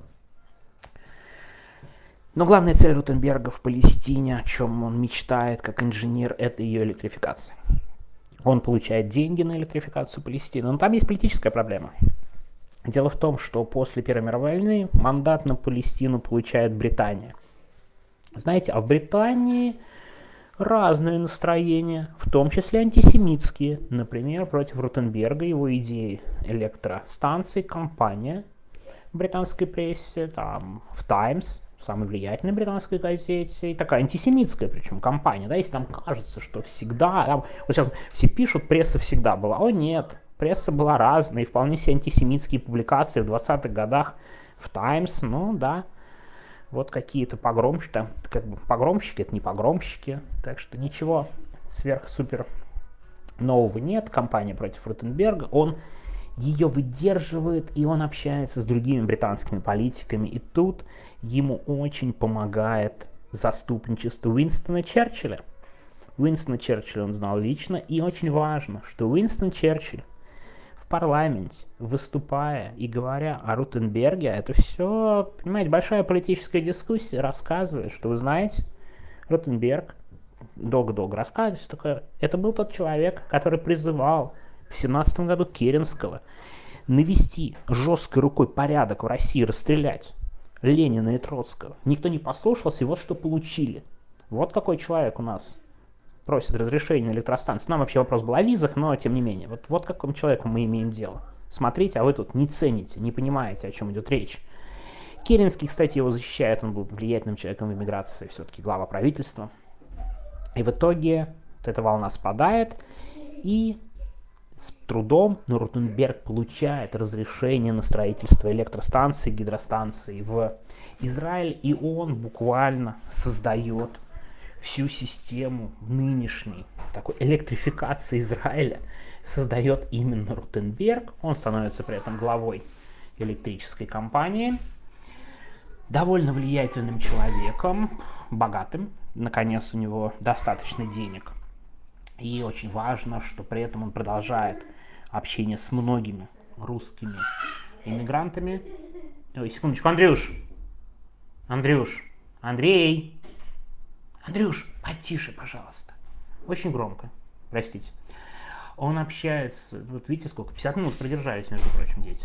Но главная цель Ротенберга в Палестине, о чем он мечтает как инженер, это ее электрификация. Он получает деньги на электрификацию Палестины, но там есть политическая проблема. Дело в том, что после Первой мировой войны мандат на Палестину получает Британия. Знаете, а в Британии разные настроения, в том числе антисемитские. Например, против Ротенберга, его идеи электростанций, компания в британской прессе, там, в Times, самой влиятельной британской газете, и такая антисемитская причем компания, да, если там кажется, что всегда, там, вот сейчас все пишут, пресса всегда была, о нет, пресса была разная, и вполне себе антисемитские публикации в 20-х годах в Times, ну да, вот какие-то погромщики, там, как бы погромщики, это не погромщики, так что ничего сверх-супер нового нет, компания против Ротенберга, он ее выдерживает, и он общается с другими британскими политиками, и тут ему очень помогает заступничество Уинстона Черчилля. Уинстона Черчилля он знал лично, и очень важно, что Уинстон Черчилль в парламенте, выступая и говоря о Ротенберге, это все, понимаете, большая политическая дискуссия, рассказывает, что вы знаете, Ротенберг долго-долго рассказывает, все такое. Это был тот человек, который призывал в 17 году Керенского навести жесткой рукой порядок в России, расстрелять Ленина и Троцкого. Никто не послушался, и вот что получили. Вот какой человек у нас просит разрешения на электростанцию. Нам вообще вопрос был о визах, но тем не менее. Вот к какому человеку мы имеем дело. Смотрите, а вы тут не цените, не понимаете, о чем идет речь. Керенский, кстати, его защищает, он был влиятельным человеком в эмиграции, все-таки глава правительства. И в итоге вот эта волна спадает, и с трудом Ротенберг получает разрешение на строительство электростанций, гидростанций в Израиль, и он буквально создает всю систему нынешней такой электрификации Израиля, создает именно Ротенберг. Он становится при этом главой электрической компании, довольно влиятельным человеком, богатым, наконец у него достаточно денег. И очень важно, что при этом он продолжает общение с многими русскими иммигрантами. Ой, секундочку, Андрюш, Андрей, Андрюш, потише, пожалуйста. Очень громко, простите. Он общается, вот видите сколько, 50 минут продержались, между прочим, дети.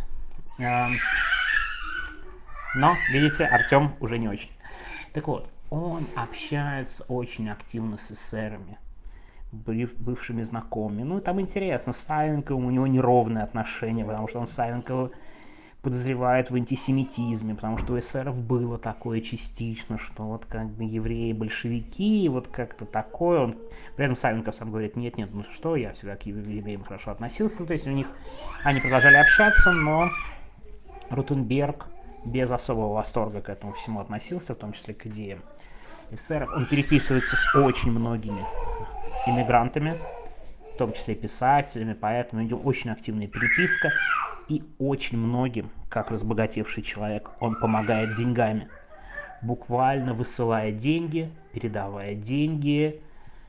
Но, видите, Артем уже не очень. Так вот, он общается очень активно с эсерами, бывшими знакомыми. Ну, там интересно, с Савенковым у него неровные отношения, потому что он Савенкова подозревает в антисемитизме, потому что у эсеров было такое частично, что вот как бы евреи большевики, вот как-то такое. Он, при этом Савенков сам говорит, нет, ну что, я всегда к евреям хорошо относился. То есть у них, они продолжали общаться, но Ротенберг без особого восторга к этому всему относился, в том числе к идеям эсеров. Он переписывается с очень многими иммигрантами, в том числе писателями, поэтому идет очень активная переписка, и очень многим, как разбогатевший человек, он помогает деньгами, буквально высылая деньги, передавая деньги,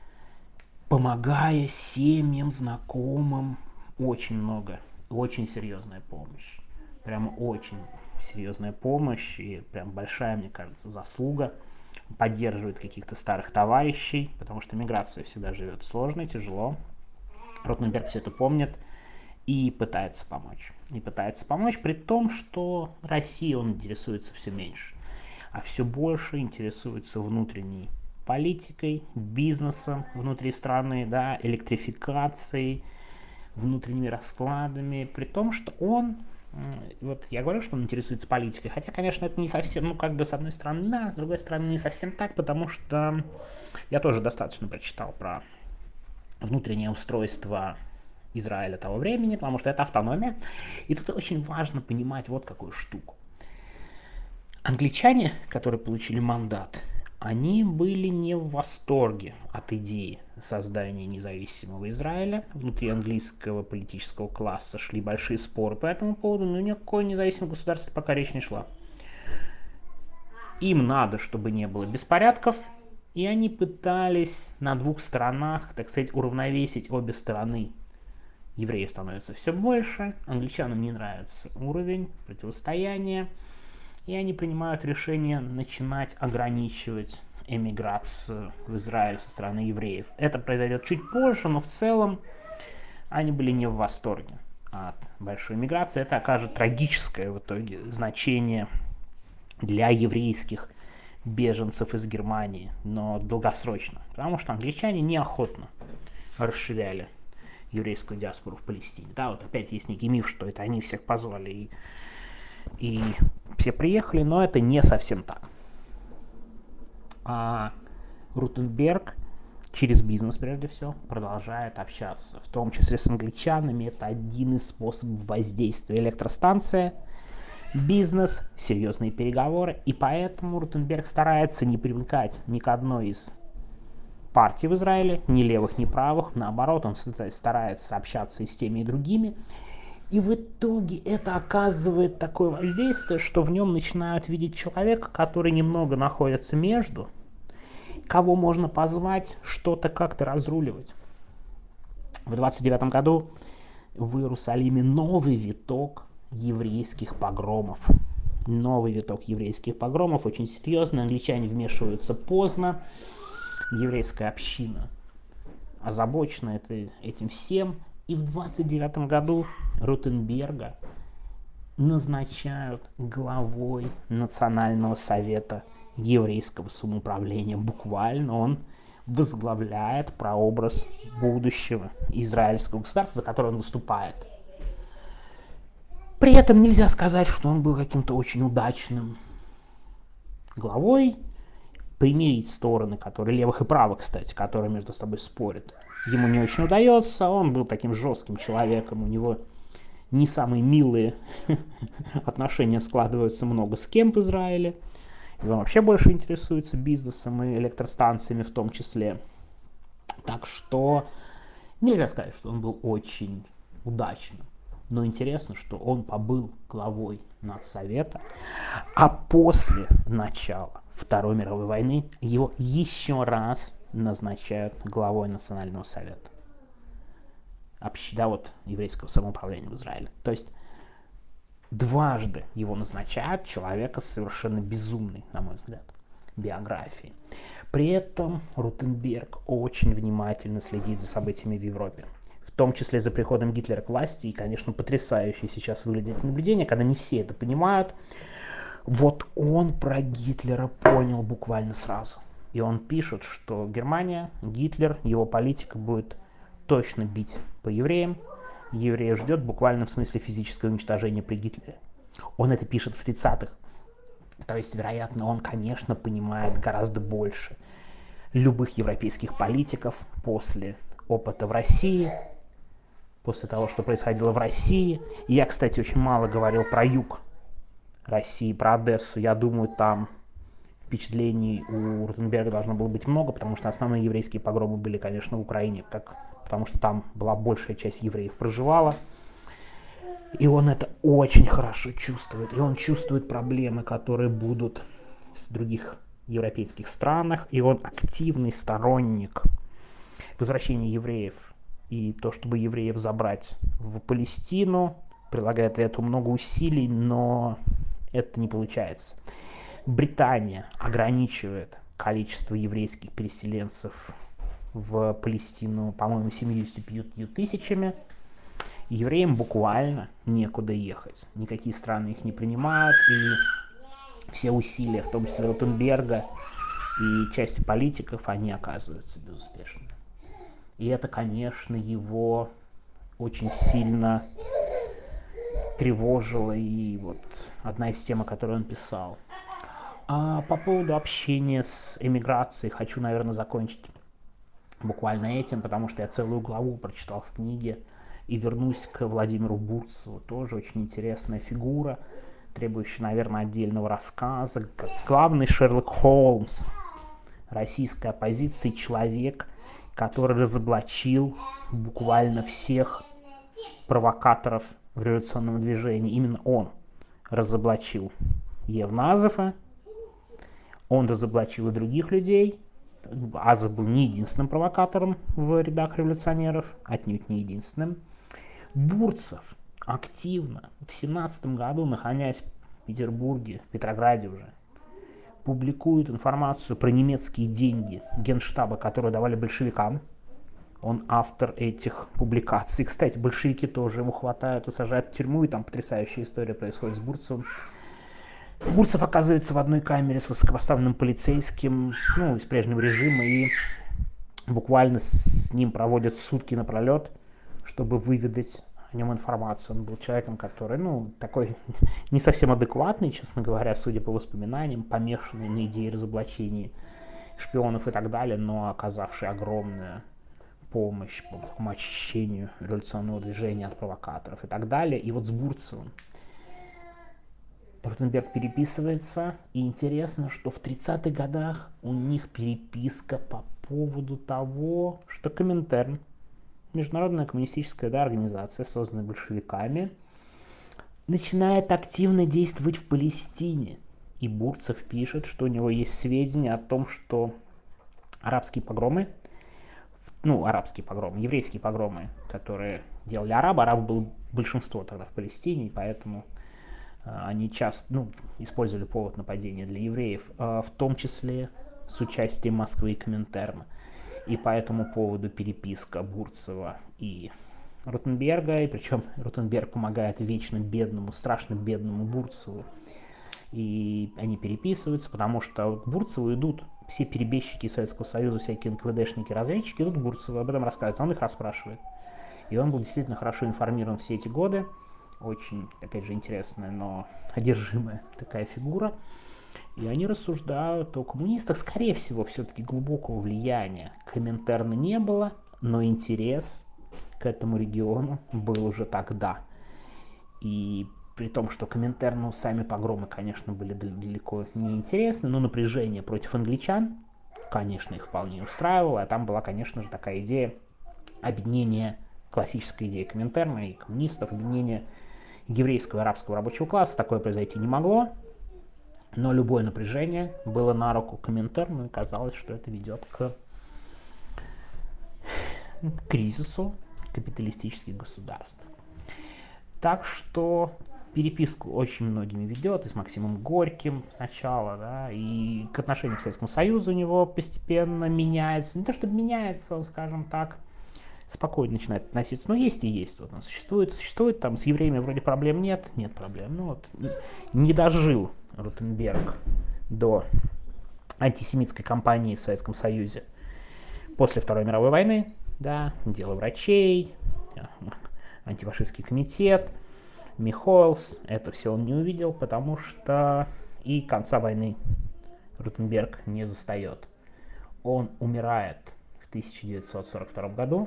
помогая семьям, знакомым, очень много, очень серьезная помощь, прямо очень серьезная помощь и прям большая, мне кажется, заслуга. Поддерживает каких-то старых товарищей, потому что миграция всегда живет сложно, тяжело. Ротенберг все это помнит и пытается помочь. И пытается помочь при том, что Россией он интересуется все меньше, а все больше интересуется внутренней политикой, бизнесом внутри страны, да, электрификацией, внутренними раскладами, при том, что он, вот я говорю, что он интересуется политикой, хотя, конечно, это не совсем, ну, как бы, с одной стороны, да, с другой стороны, не совсем так, потому что я тоже достаточно прочитал про внутреннее устройство Израиля того времени, потому что это автономия, и тут очень важно понимать вот какую штуку. Англичане, которые получили мандат, они были не в восторге от идеи создания независимого Израиля. Внутри английского политического класса шли большие споры по этому поводу, но никакое независимое государство пока речь не шла. Им надо, чтобы не было беспорядков, и они пытались на двух сторонах, так сказать, уравновесить обе стороны. Евреев становится все больше, англичанам не нравится уровень противостояния, и они принимают решение начинать ограничивать эмиграцию в Израиль со стороны евреев. Это произойдет чуть позже, но в целом они были не в восторге от большой эмиграции. Это окажет трагическое в итоге значение для еврейских беженцев из Германии, но долгосрочно, потому что англичане неохотно расширяли еврейскую диаспору в Палестине. Да, вот опять есть некий миф, что это они всех позвали и все приехали, но это не совсем так. А Ротенберг через бизнес, прежде всего, продолжает общаться, в том числе с англичанами. Это один из способов воздействия. Электростанция, бизнес, серьезные переговоры, и поэтому Ротенберг старается не привлекать ни к одной из партий в Израиле, ни левых, ни правых, наоборот, он старается общаться и с теми, и другими. И в итоге это оказывает такое воздействие, что в нем начинают видеть человека, который немного находится между, кого можно позвать что-то как-то разруливать. В 29 году в Иерусалиме новый виток еврейских погромов. Новый виток еврейских погромов, очень серьезный, англичане вмешиваются поздно, еврейская община озабочена этим всем. И в 29 году Ротенберга назначают главой Национального совета еврейского самоуправления. Буквально он возглавляет прообраз будущего израильского государства, за которое он выступает. При этом нельзя сказать, что он был каким-то очень удачным главой. Примирить стороны, которые левых и правых, кстати, которые между собой спорят, ему не очень удается. Он был таким жестким человеком, у него не самые милые отношения складываются много с кем в Израиле. И он вообще больше интересуется бизнесом и электростанциями в том числе. Так что нельзя сказать, что он был очень удачным. Но интересно, что он побыл главой Нацсовета, а после начала Второй мировой войны его еще раз назначают главой Национального совета. Еврейского самоуправления в Израиле. То есть дважды его назначают человека с совершенно безумной, на мой взгляд, биографией. При этом Ротенберг очень внимательно следит за событиями в Европе. В том числе за приходом Гитлера к власти. И, конечно, потрясающее сейчас выглядит наблюдение, когда не все это понимают. Вот он про Гитлера понял буквально сразу. И он пишет, что Германия, Гитлер, его политика будет точно бить по евреям. Евреев ждет в буквальном смысле физическое уничтожение при Гитлере. Он это пишет в 30-х. То есть, вероятно, он, конечно, понимает гораздо больше любых европейских политиков после опыта в России, после того, что происходило в России. И я, кстати, очень мало говорил про юг России, про Одессу. Я думаю, там впечатлений у Ротенберга должно было быть много, потому что основные еврейские погромы были, конечно, в Украине, потому что там была большая часть евреев проживала. И он это очень хорошо чувствует. И он чувствует проблемы, которые будут в других европейских странах. И он активный сторонник возвращения евреев и то, чтобы евреев забрать в Палестину. Прилагает для этого много усилий, но это не получается. Британия ограничивает количество еврейских переселенцев в Палестину, по-моему, 75 тысячами. Евреям буквально некуда ехать. Никакие страны их не принимают, и все усилия, в том числе Ротенберга и части политиков, они оказываются безуспешными. И это, конечно, его очень сильно тревожило, и вот одна из тем, о которой он писал. А по поводу общения с эмиграцией хочу, наверное, закончить буквально этим, потому что я целую главу прочитал в книге, и вернусь к Владимиру Бурцеву. Тоже очень интересная фигура, требующая, наверное, отдельного рассказа. Как главный Шерлок Холмс российской оппозиции, человек, который разоблачил буквально всех провокаторов в революционном движении. Именно он разоблачил Евназова, он разоблачил и других людей. Азов был не единственным провокатором в рядах революционеров, отнюдь не единственным. Бурцев активно в 1917 году, находясь в Петербурге, в Петрограде уже, публикует информацию про немецкие деньги Генштаба, которые давали большевикам. Он автор этих публикаций. Кстати, большевики тоже его хватают и сажают в тюрьму, и там потрясающая история происходит с Бурцевым. Бурцев оказывается в одной камере с высокопоставленным полицейским, из прежнего режима, и буквально с ним проводят сутки напролет, чтобы выведать о нем информацию. Он был человеком, который, такой не совсем адекватный, честно говоря, судя по воспоминаниям, помешанный на идее разоблачения шпионов и так далее, но оказавший огромную помощь по такому очищению революционного движения от провокаторов и так далее. И вот с Бурцевым Ротенберг переписывается, и интересно, что в 30-х годах у них переписка по поводу того, что Коминтерн, международная коммунистическая организация, созданная большевиками, начинает активно действовать в Палестине. И Бурцев пишет, что у него есть сведения о том, что еврейские погромы, которые делали арабы было большинство тогда в Палестине, и поэтому они часто использовали повод нападения для евреев, в том числе с участием Москвы и Коминтерна. И по этому поводу переписка Бурцева и Ротенберга, и причем Ротенберг помогает вечно бедному, страшно бедному Бурцеву. И они переписываются, потому что к Бурцеву идут все перебежчики Советского Союза, всякие НКВДшники, разведчики идут к Бурцеву, об этом рассказывают, он их расспрашивает. И он был действительно хорошо информирован все эти годы. Очень, опять же, интересная, но одержимая такая фигура. И они рассуждают о коммунистах. Скорее всего, все-таки глубокого влияния Коминтерна не было, но интерес к этому региону был уже тогда. И при том, что Коминтерну сами погромы, конечно, были далеко не интересны, но напряжение против англичан, конечно, их вполне устраивало. А там была, конечно же, такая идея объединения, классическая идея Коминтерна и коммунистов, объединения еврейского и арабского рабочего класса. Такое произойти не могло, но любое напряжение было на руку Коминтерну, и казалось, что это ведет к кризису капиталистических государств. Так что переписку очень многими ведет, и с Максимом Горьким сначала, да, и к отношению к Советскому Союзу у него постепенно меняется. Не то чтобы меняется, он, скажем так, спокойно начинает относиться, но есть и есть. Вот он существует, там с евреями вроде проблем нет проблем. Ну вот не дожил Ротенберг до антисемитской кампании в Советском Союзе после Второй мировой войны, да, дело врачей, антифашистский комитет, Михоэлс, это все он не увидел, потому что и конца войны Ротенберг не застает. Он умирает в 1942 году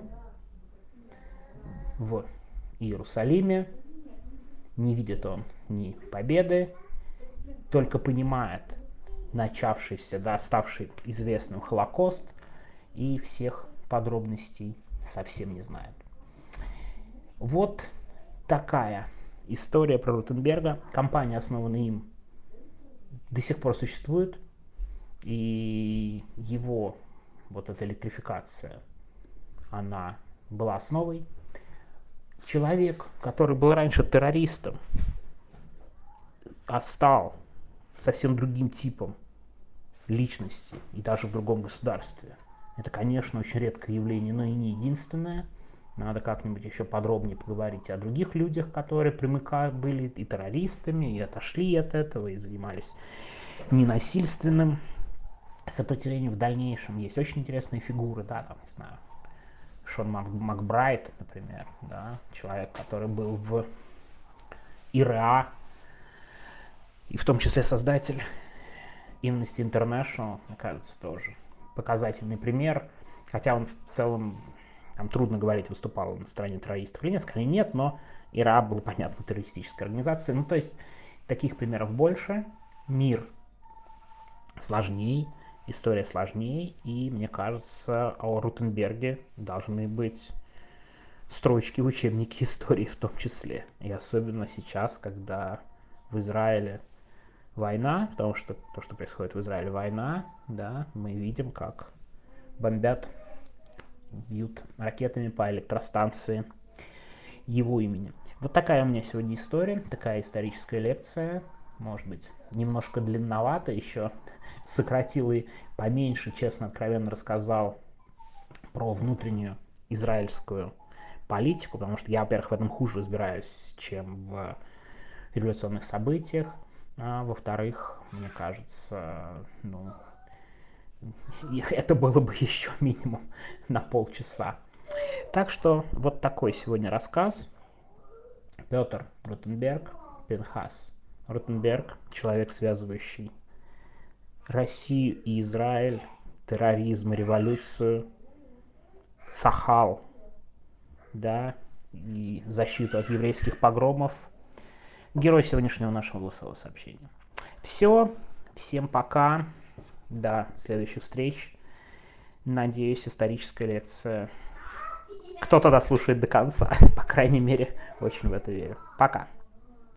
в Иерусалиме, не видит он ни победы, только понимает начавшийся, да, ставший известным Холокост, и всех подробностей совсем не знает. Вот такая история про Ротенберга. Компания, основанная им, до сих пор существует, и его вот эта электрификация, она была основой. Человек, который был раньше террористом, а стал совсем другим типом личности и даже в другом государстве. Это, конечно, очень редкое явление, но и не единственное. Надо как-нибудь еще подробнее поговорить о других людях, которые были и террористами, и отошли от этого, и занимались ненасильственным сопротивлением в дальнейшем. Есть очень интересные фигуры, да, там, не знаю, Шон Макбрайт, например, да, человек, который был в ИРА, и в том числе создатель Amnesty International, мне кажется, тоже показательный пример, хотя он в целом, там трудно говорить, выступал на стороне террористов или нет, скорее нет, но ИРА был, понятно, террористической организацией. Ну, то есть таких примеров больше, мир сложнее, история сложнее, и, мне кажется, о Ротенберге должны быть строчки в учебнике истории в том числе. И особенно сейчас, когда в Израиле война, потому что то, что происходит в Израиле, война, да, мы видим, как бомбят, бьют ракетами по электростанции его именем. Вот такая у меня сегодня история, такая историческая лекция. Может быть, немножко длинновато, еще сократил и поменьше, честно, откровенно рассказал про внутреннюю израильскую политику, потому что я, во-первых, в этом хуже разбираюсь, чем в революционных событиях, а во-вторых, мне кажется, ну, это было бы еще минимум на полчаса. Так что вот такой сегодня рассказ. Петр Ротенберг, Пинхас Ротенберг, человек, связывающий Россию и Израиль, терроризм, революцию, Цахал, да, и защиту от еврейских погромов. Герой сегодняшнего нашего голосового сообщения. Все, всем пока, до следующих встреч. Надеюсь, историческая лекция кто-то дослушает до конца, по крайней мере, очень в это верю. Пока.